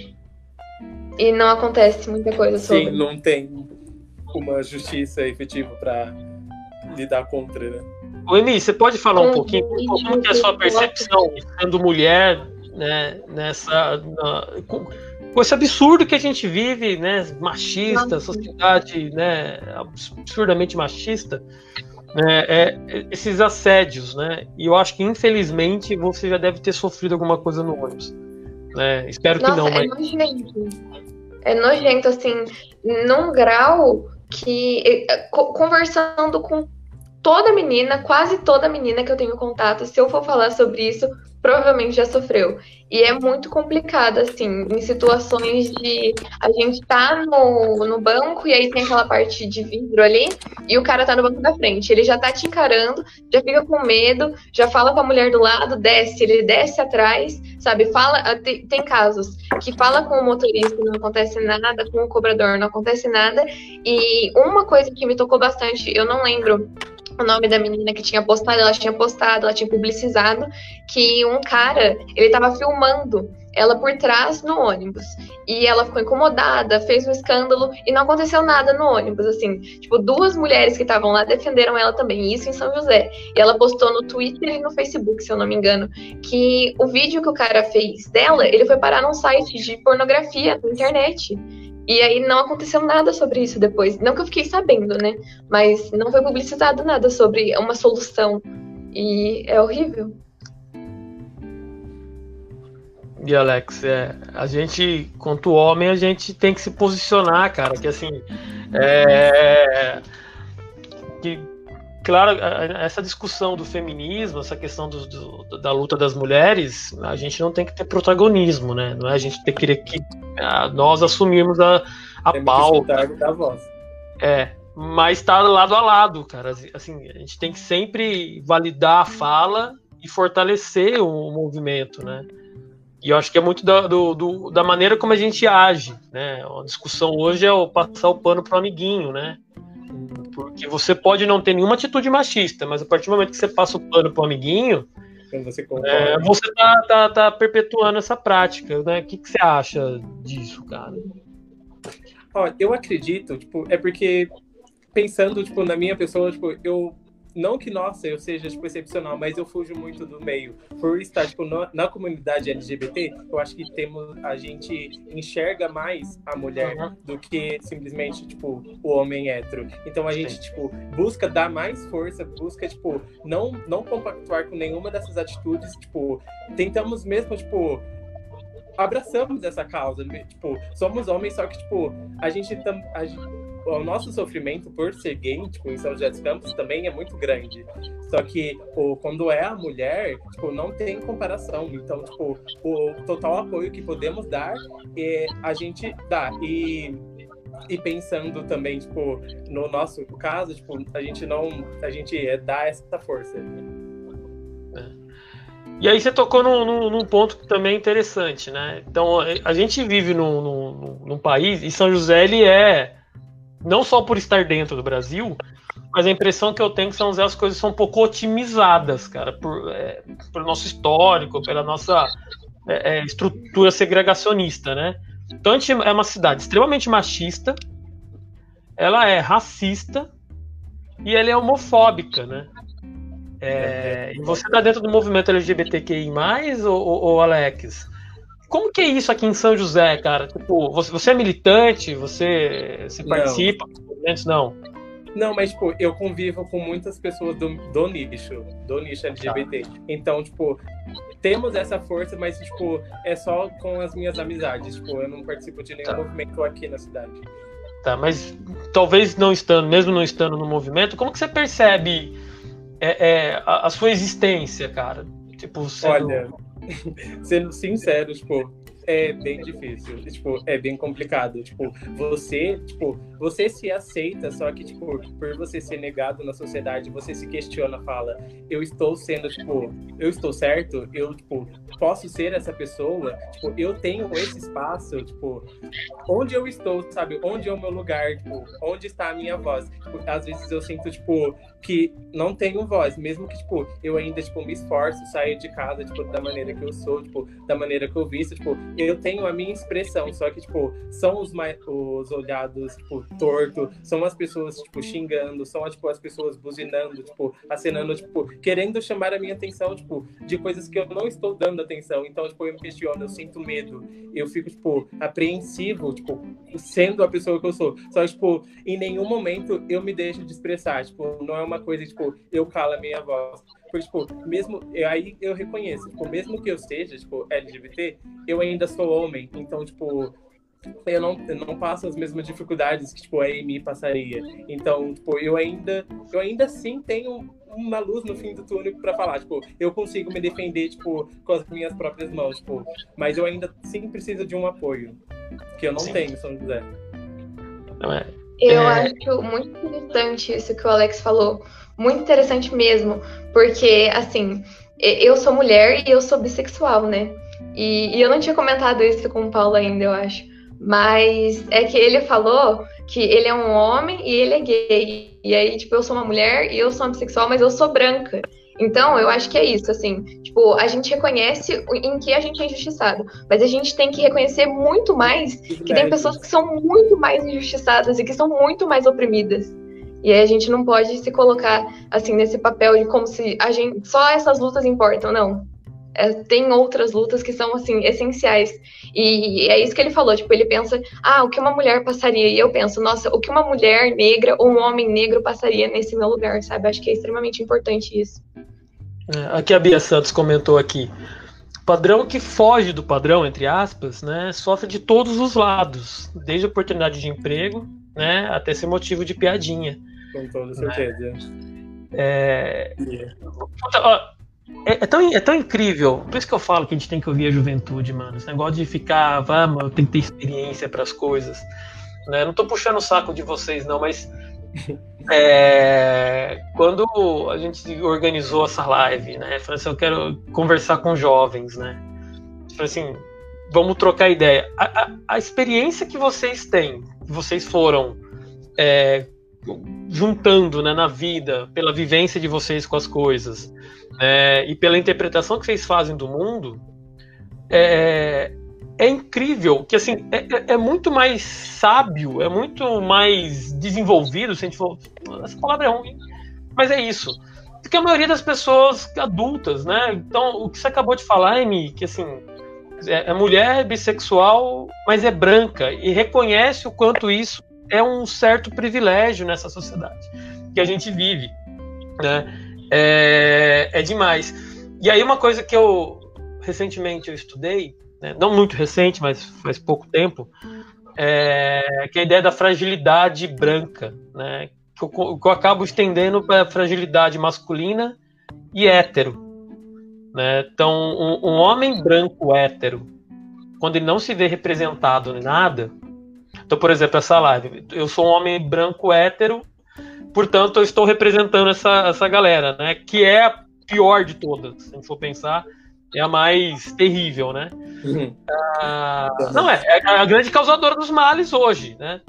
e não acontece muita coisa sobre. Sim, não tem uma justiça efetiva para lidar contra, né? Ô, Emi, você pode falar um pouquinho como que é a sua percepção sendo mulher, né, nessa, na, com, com esse absurdo que a gente vive, né, machista, Nossa. Sociedade, né, absurdamente machista, né, é, esses assédios, né, e eu acho que infelizmente você já deve ter sofrido alguma coisa no ônibus, né, espero Nossa, que não, é mas... nojento, é nojento, assim, num grau que, conversando com toda menina, quase toda menina que eu tenho contato, se eu for falar sobre isso, provavelmente já sofreu. E é muito complicado, assim, em situações de a gente tá no, no banco e aí tem aquela parte de vidro ali e o cara tá no banco da frente. Ele já tá te encarando, já fica com medo, já fala com a mulher do lado, desce, ele desce atrás, sabe? Fala, tem, tem casos que fala com o motorista, não acontece nada, com o cobrador, não acontece nada. E uma coisa que me tocou bastante, eu não lembro o nome da menina que tinha postado, ela tinha postado, ela tinha publicizado que um cara, ele tava filmando ela por trás no ônibus, e ela ficou incomodada, fez um escândalo, e não aconteceu nada no ônibus, assim, tipo, duas mulheres que estavam lá defenderam ela também, isso em São José, e ela postou no Twitter e no Facebook, se eu não me engano, que o vídeo que o cara fez dela, ele foi parar num site de pornografia na internet. E aí não aconteceu nada sobre isso depois. Não que eu fiquei sabendo, né? Mas não foi publicitado nada sobre uma solução. E é horrível. E Alex, é, a gente, quanto homem, a gente tem que se posicionar, cara. Que assim, é, que, claro, essa discussão do feminismo, essa questão do, do, da luta das mulheres, a gente não tem que ter protagonismo, né? Não é a gente ter que querer que a, nós assumirmos a, a pauta. Da voz. É, mas tá lado a lado, cara. Assim, a gente tem que sempre validar a fala e fortalecer o movimento, né? E eu acho que é muito da, do, do, da maneira como a gente age, né? A discussão hoje é o passar o pano pro amiguinho, né? Porque você pode não ter nenhuma atitude machista, mas a partir do momento que você passa o pano pro amiguinho, você, é, você tá, tá, tá perpetuando essa prática, né? O que, que você acha disso, cara? Ó, eu acredito, tipo, é porque pensando, tipo, na minha pessoa, tipo, eu não que, nossa, eu seja, tipo, excepcional, mas eu fujo muito do meio. Por estar, tipo, no, na comunidade L G B T, eu acho que temos, a gente enxerga mais a mulher uhum. do que simplesmente, tipo, o homem hétero. Então a gente, Sim. tipo, busca dar mais força, busca, tipo, não, não compactuar com nenhuma dessas atitudes, tipo, tentamos mesmo, tipo, abraçamos essa causa, tipo, somos homens, só que, tipo, a gente tam, a gente, o nosso sofrimento por ser gay, tipo, em São José dos Campos também é muito grande. Só que o, quando é a mulher, tipo, não tem comparação. Então, tipo, o total apoio que podemos dar, é, a gente dá. E, e pensando também, tipo, no nosso caso, tipo, a gente não, a gente é, dá essa força. E aí você tocou num, num, num ponto também interessante, né? Então, a gente vive num, num, num país, e São José, ele é, não só por estar dentro do Brasil, mas a impressão que eu tenho é que São José as coisas são um pouco otimizadas, cara, por, é, pelo nosso histórico, pela nossa é, é, estrutura segregacionista, né? Então, a gente é uma cidade extremamente machista, ela é racista e ela é homofóbica, né? É, e você está dentro do movimento L G B T Q I mais, ou, ou, ou Alex? Como que é isso aqui em São José, cara? Tipo, você, você é militante? Você, você participa dos movimentos? Não. Não, mas, tipo, eu convivo com muitas pessoas do, do nicho, do nicho L G B T. Tá. Então, tipo, temos essa força, mas, tipo, é só com as minhas amizades. Tipo, eu não participo de nenhum tá. movimento aqui na cidade. Tá, mas talvez não estando, mesmo não estando no movimento, como que você percebe é, é, a, a sua existência, cara? Tipo, sendo... Olha, sendo sincero, tipo, é bem difícil, tipo, é bem complicado, tipo, você, tipo, você se aceita, só que, tipo, por você ser negado na sociedade, você se questiona, fala, eu estou sendo, tipo, eu estou certo, eu, tipo, posso ser essa pessoa, tipo, eu tenho esse espaço, tipo, onde eu estou, sabe, onde é o meu lugar, tipo, onde está a minha voz, tipo, às vezes eu sinto, tipo, que não tenho voz, mesmo que, tipo, eu ainda, tipo, me esforço, saio de casa, tipo, da maneira que eu sou, tipo, da maneira que eu visto, tipo, eu tenho a minha expressão, só que, tipo, são os, mais, os olhados, tipo, torto, são as pessoas, tipo, xingando, são, tipo, as pessoas buzinando, tipo, acenando, tipo, querendo chamar a minha atenção, tipo, de coisas que eu não estou dando atenção, então, tipo, eu me questiono, eu sinto medo, eu fico, tipo, apreensivo, tipo, sendo a pessoa que eu sou, só que, tipo, em nenhum momento eu me deixo de expressar, tipo, não é uma coisa, tipo, eu calo a minha voz. Porque, tipo, mesmo... Aí eu reconheço, tipo, mesmo que eu seja, tipo, L G B T, eu ainda sou homem. Então, tipo, eu não, eu não passo as mesmas dificuldades que, tipo, a Amy passaria. Então, tipo, eu ainda... Eu ainda assim tenho uma luz no fim do túnel pra falar, tipo, eu consigo me defender, tipo, com as minhas próprias mãos, tipo... Mas eu ainda sim preciso de um apoio, que eu não sim. tenho, São José. Não é... Eu é... acho muito interessante isso que o Alex falou. Muito interessante mesmo. Porque, assim, eu sou mulher e eu sou bissexual, né? E, e eu não tinha comentado isso com o Paulo ainda, eu acho. Mas é que ele falou que ele é um homem e ele é gay. E aí, tipo, eu sou uma mulher e eu sou uma bissexual, mas eu sou branca. Então, eu acho que é isso, assim, tipo, a gente reconhece em que a gente é injustiçado, mas a gente tem que reconhecer muito mais que tem pessoas que são muito mais injustiçadas e que são muito mais oprimidas. E aí a gente não pode se colocar, assim, nesse papel de como se a gente, só essas lutas importam, não. É, tem outras lutas que são, assim, essenciais. E, e é isso que ele falou, tipo, ele pensa, ah, o que uma mulher passaria? E eu penso, nossa, o que uma mulher negra ou um homem negro passaria nesse meu lugar, sabe? Acho que é extremamente importante isso. Aqui a Bia Santos comentou aqui, padrão que foge do padrão, entre aspas, né, sofre de todos os lados, desde a oportunidade de emprego, né, até ser motivo de piadinha. Com toda certeza. É, é, é, tão, é tão incrível, por isso que eu falo que a gente tem que ouvir a juventude, mano, esse negócio de ficar, vamos, eu tenho que ter experiência para as coisas, né, não tô puxando o saco de vocês não, mas É, quando a gente organizou essa live, né, falei assim, eu quero conversar com jovens, né, falei assim, vamos trocar ideia. A, a, a experiência que vocês têm, que vocês foram é, juntando, né, na vida, pela vivência de vocês com as coisas, né, e pela interpretação que vocês fazem do mundo, é, é incrível, que assim, é, é muito mais sábio, é muito mais desenvolvido, se a gente for... Essa palavra é ruim, mas é isso. Porque a maioria das pessoas adultas, né? Então, o que você acabou de falar, Amy, que assim, é, é mulher, é bissexual, mas é branca, e reconhece o quanto isso é um certo privilégio nessa sociedade que a gente vive, né? É, é demais. E aí uma coisa que eu, recentemente eu estudei, né, não muito recente, mas faz pouco tempo, é, que é a ideia da fragilidade branca, né, que, eu, que eu acabo estendendo para a fragilidade masculina e hétero. Né? Então, um, um homem branco hétero, quando ele não se vê representado em nada... Então, por exemplo, essa live, eu sou um homem branco hétero, portanto, eu estou representando essa, essa galera, né, que é a pior de todas, se a gente for pensar, é a mais terrível, né? Uhum. Ah, não, é, é a grande causadora dos males hoje, né?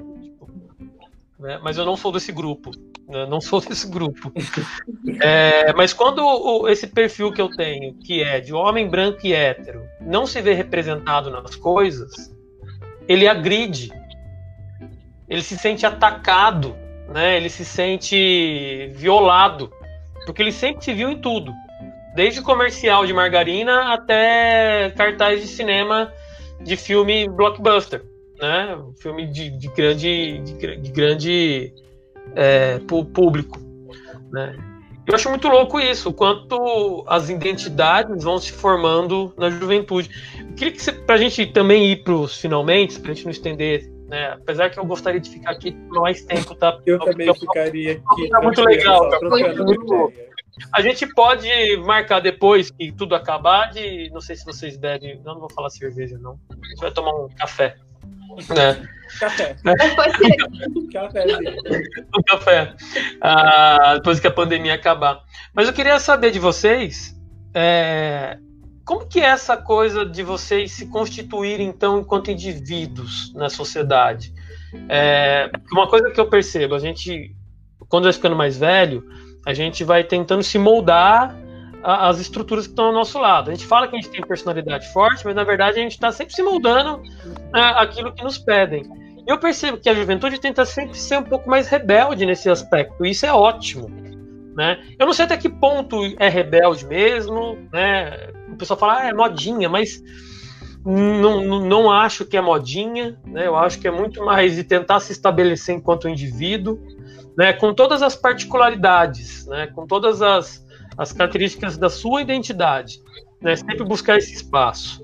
Né? Mas eu não sou desse grupo. Né? Não sou desse grupo. É, mas quando o, esse perfil que eu tenho, que é de homem branco e hétero, não se vê representado nas coisas, ele agride. Ele se sente atacado, né? Ele se sente violado. Porque ele sempre se viu em tudo. Desde comercial de margarina até cartaz de cinema de filme blockbuster. Né? Um filme de, de grande, de, de grande é, público. Né? Eu acho muito louco isso, o quanto as identidades vão se formando na juventude. Eu queria que você, pra gente também ir pros finalmente, pra gente não estender, né? Apesar que eu gostaria de ficar aqui por mais tempo, tá? Eu também eu, ficaria aqui. Tá muito legal, tá muito, muito louco. A gente pode marcar depois que tudo acabar de, não sei se vocês bebem, eu não vou falar cerveja não, a gente vai tomar um café. Né? Café. Café. Um café. Ah, depois que a pandemia acabar. Mas eu queria saber de vocês é, como que é essa coisa de vocês se constituírem então enquanto indivíduos na sociedade. É, uma coisa que eu percebo, a gente, quando vai ficando mais velho, a gente vai tentando se moldar as estruturas que estão ao nosso lado. A gente fala que a gente tem personalidade forte, mas na verdade a gente está sempre se moldando a, aquilo que nos pedem. E eu percebo que a juventude tenta sempre ser um pouco mais rebelde nesse aspecto, e isso é ótimo. Né? Eu não sei até que ponto é rebelde mesmo, né? O pessoal fala, ah, é modinha, mas não, não, não acho que é modinha, né? Eu acho que é muito mais de tentar se estabelecer enquanto indivíduo, né? Com todas as particularidades, né? Com todas as as características da sua identidade, né? Sempre buscar esse espaço.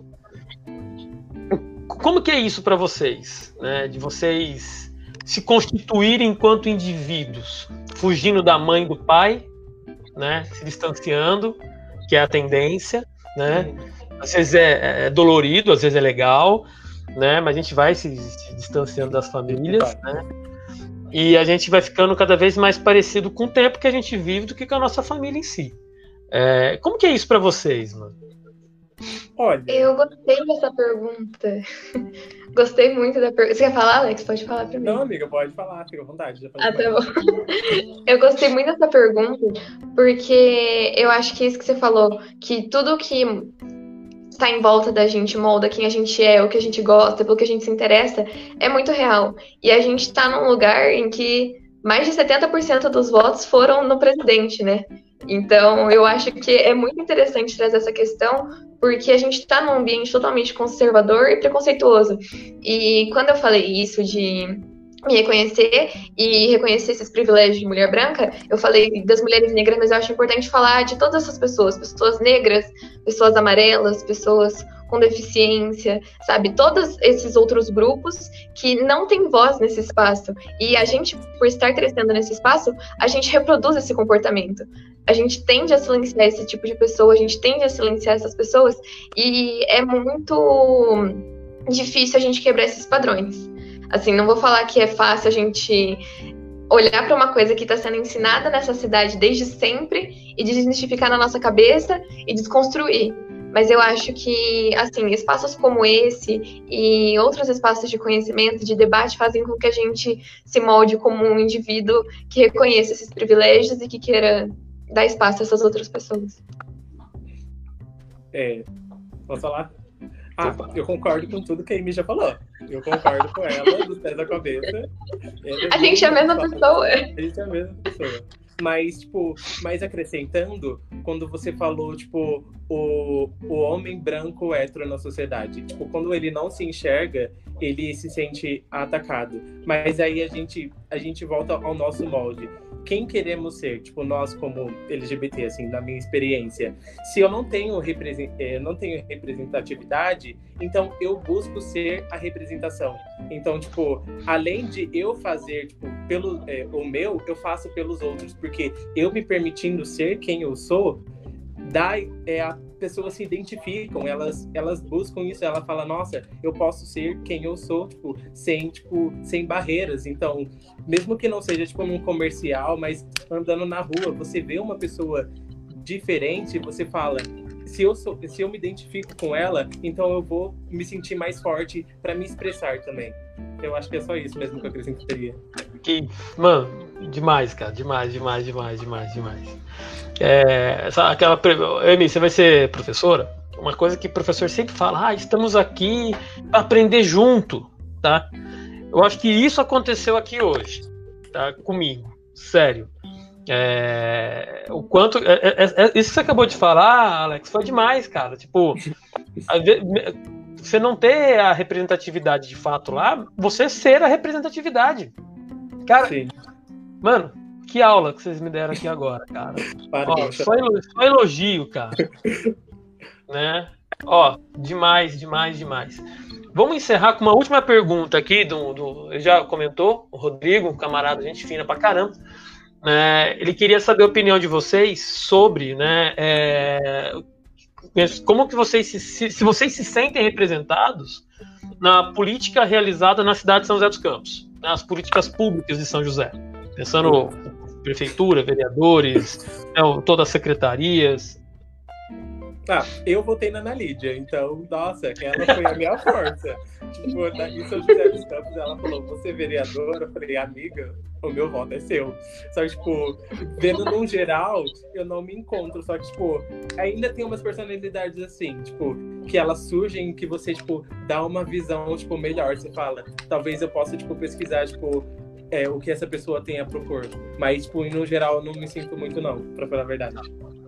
Como que é isso para vocês, né? De vocês se constituírem enquanto indivíduos, fugindo da mãe e do pai, né? Se distanciando, que é a tendência, né? Às vezes é, é dolorido, às vezes é legal, né? Mas a gente vai se, se distanciando das famílias, né? E a gente vai ficando cada vez mais parecido com o tempo que a gente vive do que com a nossa família em si. É, como que é isso pra vocês, mano? Olha, eu gostei dessa pergunta. Gostei muito da pergunta. Você quer falar, Alex? Pode falar primeiro. Não, amiga, pode falar, fica à vontade. Já ah, tá bom. Eu gostei muito dessa pergunta, porque eu acho que isso que você falou, que tudo que está em volta da gente molda quem a gente é, o que a gente gosta, pelo que a gente se interessa, é muito real. E a gente está num lugar em que mais de setenta por cento dos votos foram no presidente, né? Então, eu acho que é muito interessante trazer essa questão, porque a gente está num ambiente totalmente conservador e preconceituoso. E quando eu falei isso de me reconhecer e reconhecer esses privilégios de mulher branca, eu falei das mulheres negras, mas eu acho importante falar de todas essas pessoas, pessoas negras, pessoas amarelas, pessoas com deficiência, sabe? Todos esses outros grupos que não têm voz nesse espaço. E a gente, por estar crescendo nesse espaço, a gente reproduz esse comportamento. A gente tende a silenciar esse tipo de pessoa, a gente tende a silenciar essas pessoas, e é muito difícil a gente quebrar esses padrões. Assim, não vou falar que é fácil a gente olhar para uma coisa que está sendo ensinada nessa cidade desde sempre e desmistificar na nossa cabeça e desconstruir. Mas eu acho que, assim, espaços como esse e outros espaços de conhecimento, de debate, fazem com que a gente se molde como um indivíduo que reconheça esses privilégios e que queira dar espaço a essas outras pessoas. É, posso falar? Ah, eu concordo com tudo que a Amy já falou. Eu concordo com ela, dos pés da cabeça. A gente é a mesma pessoa. A gente é a mesma pessoa. Mas, tipo, mais acrescentando, quando você falou, tipo, o, o homem branco hétero na sociedade. Tipo, quando ele não se enxerga, ele se sente atacado. Mas aí a gente, a gente volta ao nosso molde. Quem queremos ser? Tipo, nós como L G B T, assim, na minha experiência. Se eu não tenho, represent... não tenho representatividade, então eu busco ser a representação. Então, tipo, além de eu fazer, tipo, pelo, é, o meu, eu faço pelos outros. Porque eu me permitindo ser quem eu sou, dá, é, a pessoas se identificam, elas, elas buscam isso, ela fala, nossa, eu posso ser quem eu sou, tipo, sem, tipo, sem barreiras. Então, mesmo que não seja, tipo, num comercial, mas andando na rua, você vê uma pessoa diferente, você fala, se eu, sou, se eu me identifico com ela, então eu vou me sentir mais forte para me expressar também. Eu acho que é só isso mesmo que eu acrescentaria. Que, mano, demais, cara. Demais, demais, demais, demais, demais. É, essa, aquela, Amy, você vai ser professora? Uma coisa que o professor sempre fala, ah, estamos aqui para aprender junto, tá? Eu acho que isso aconteceu aqui hoje, tá? Comigo, sério. É, o quanto é, é, é, isso que você acabou de falar, Alex, foi demais, cara. Tipo, você não ter a representatividade de fato lá, você ser a representatividade, cara. Sim. Mano, que aula que vocês me deram aqui agora, cara. Ó, só, elogio, só elogio, cara. Né? Ó, demais, demais, demais. Vamos encerrar com uma última pergunta aqui do, do ele já comentou, o Rodrigo, um camarada, gente fina pra caramba. É, ele queria saber a opinião de vocês sobre, né, é, como que vocês se, se, se vocês se sentem representados na política realizada na cidade de São José dos Campos, nas políticas públicas de São José, pensando prefeitura, vereadores, né, todas as secretarias. Ah, eu votei na Ana Lídia, então, nossa, ela foi a minha força. Tipo, em São José dos Campos, ela falou, você é vereadora? Eu falei, amiga, o meu voto é seu. Só que, tipo, vendo num geral, eu não me encontro. Só que, tipo, ainda tem umas personalidades assim, tipo, que elas surgem que você, tipo, dá uma visão, tipo, melhor. Você fala, talvez eu possa, tipo, pesquisar, tipo, é, o que essa pessoa tem a propor. Mas, tipo, no geral, eu não me sinto muito, não, pra falar a verdade.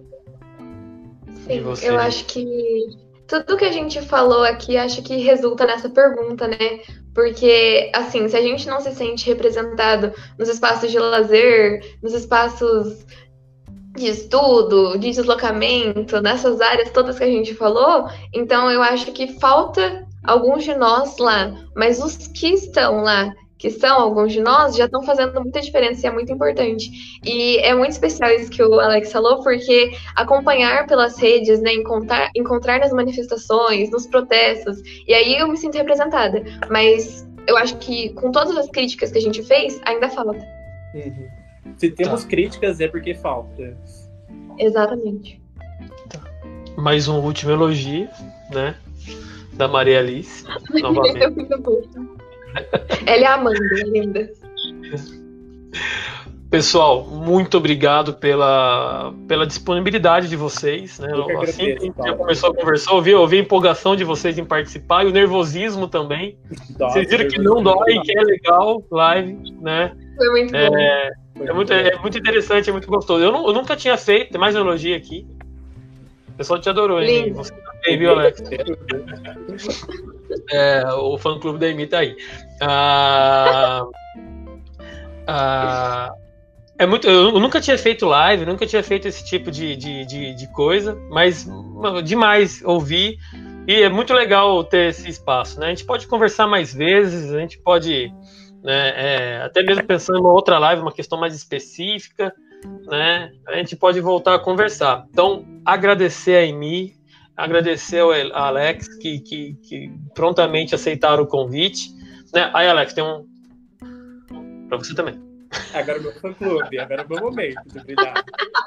Sim, eu acho que tudo que a gente falou aqui, acho que resulta nessa pergunta, né? Porque, assim, se a gente não se sente representado nos espaços de lazer, nos espaços de estudo, de deslocamento, nessas áreas todas que a gente falou, então eu acho que falta alguns de nós lá. Mas os que estão lá, que são alguns de nós, já estão fazendo muita diferença e é muito importante. E é muito especial isso que o Alex falou, porque acompanhar pelas redes, né, encontrar, encontrar nas manifestações, nos protestos, e aí eu me sinto representada. Mas eu acho que com todas as críticas que a gente fez, ainda falta. Uhum. Se temos tá. críticas, é porque falta. Exatamente. Tá. Mais um último elogio, né, da Maria Alice. Novamente. É muito bom. Ela é a Amanda, linda. Pessoal, muito obrigado pela, pela disponibilidade de vocês, né? Assim que a gente já começou a conversar, ouvi, ouvi a empolgação de vocês em participar e o nervosismo também. Nossa, vocês viram que não dói, que é legal, live, né? Foi muito é, bom. É muito, é muito interessante, é muito gostoso. Eu, não, eu nunca tinha feito, tem mais um elogio aqui. O pessoal te adorou, hein? Você também, viu, Alex? É, o fã-clube da Amy tá aí. Ah, ah, é muito, eu nunca tinha feito live, nunca tinha feito esse tipo de, de, de, de coisa, mas demais ouvir. E é muito legal ter esse espaço, né? A gente pode conversar mais vezes, a gente pode, né, é, até mesmo pensando em uma outra live, uma questão mais específica, né? A gente pode voltar a conversar. Então, agradecer a Amy, agradecer ao Alex, que, que, que prontamente aceitaram o convite. Né? Aí, Alex, tem um para você também. Agora é meu fã-clube, agora é meu momento de brilhar.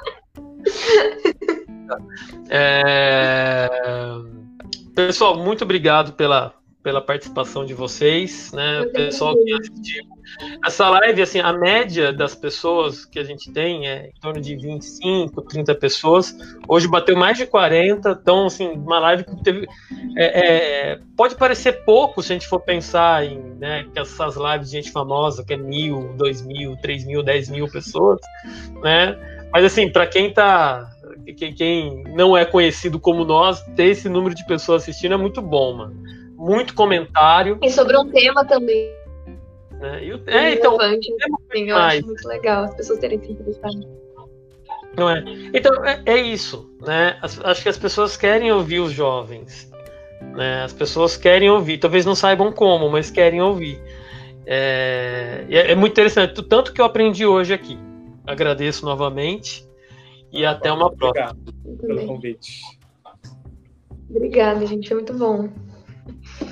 É... Pessoal, muito obrigado pela, pela participação de vocês, né? Pessoal que assistiu. Essa live, assim, a média das pessoas que a gente tem é em torno de vinte e cinco, trinta pessoas. Hoje bateu mais de quarenta, então, assim, uma live que teve... É, é, pode parecer pouco se a gente for pensar em, né, que essas lives de gente famosa, que é mil, dois mil, três mil, dez mil pessoas, né? Mas, assim, para quem tá... Quem não é conhecido como nós, ter esse número de pessoas assistindo é muito bom, mano. Muito comentário. E sobre um tema também. Né? E o, é, então, sim, eu acho muito legal as pessoas terem se interessado. Não é? Então, é, é isso, né? As, acho que as pessoas querem ouvir os jovens, né? As pessoas querem ouvir, talvez não saibam como, mas querem ouvir. É, é, é muito interessante, tanto que eu aprendi hoje aqui. Agradeço novamente e até uma próxima. Obrigado pelo convite. Obrigada, gente, foi muito bom.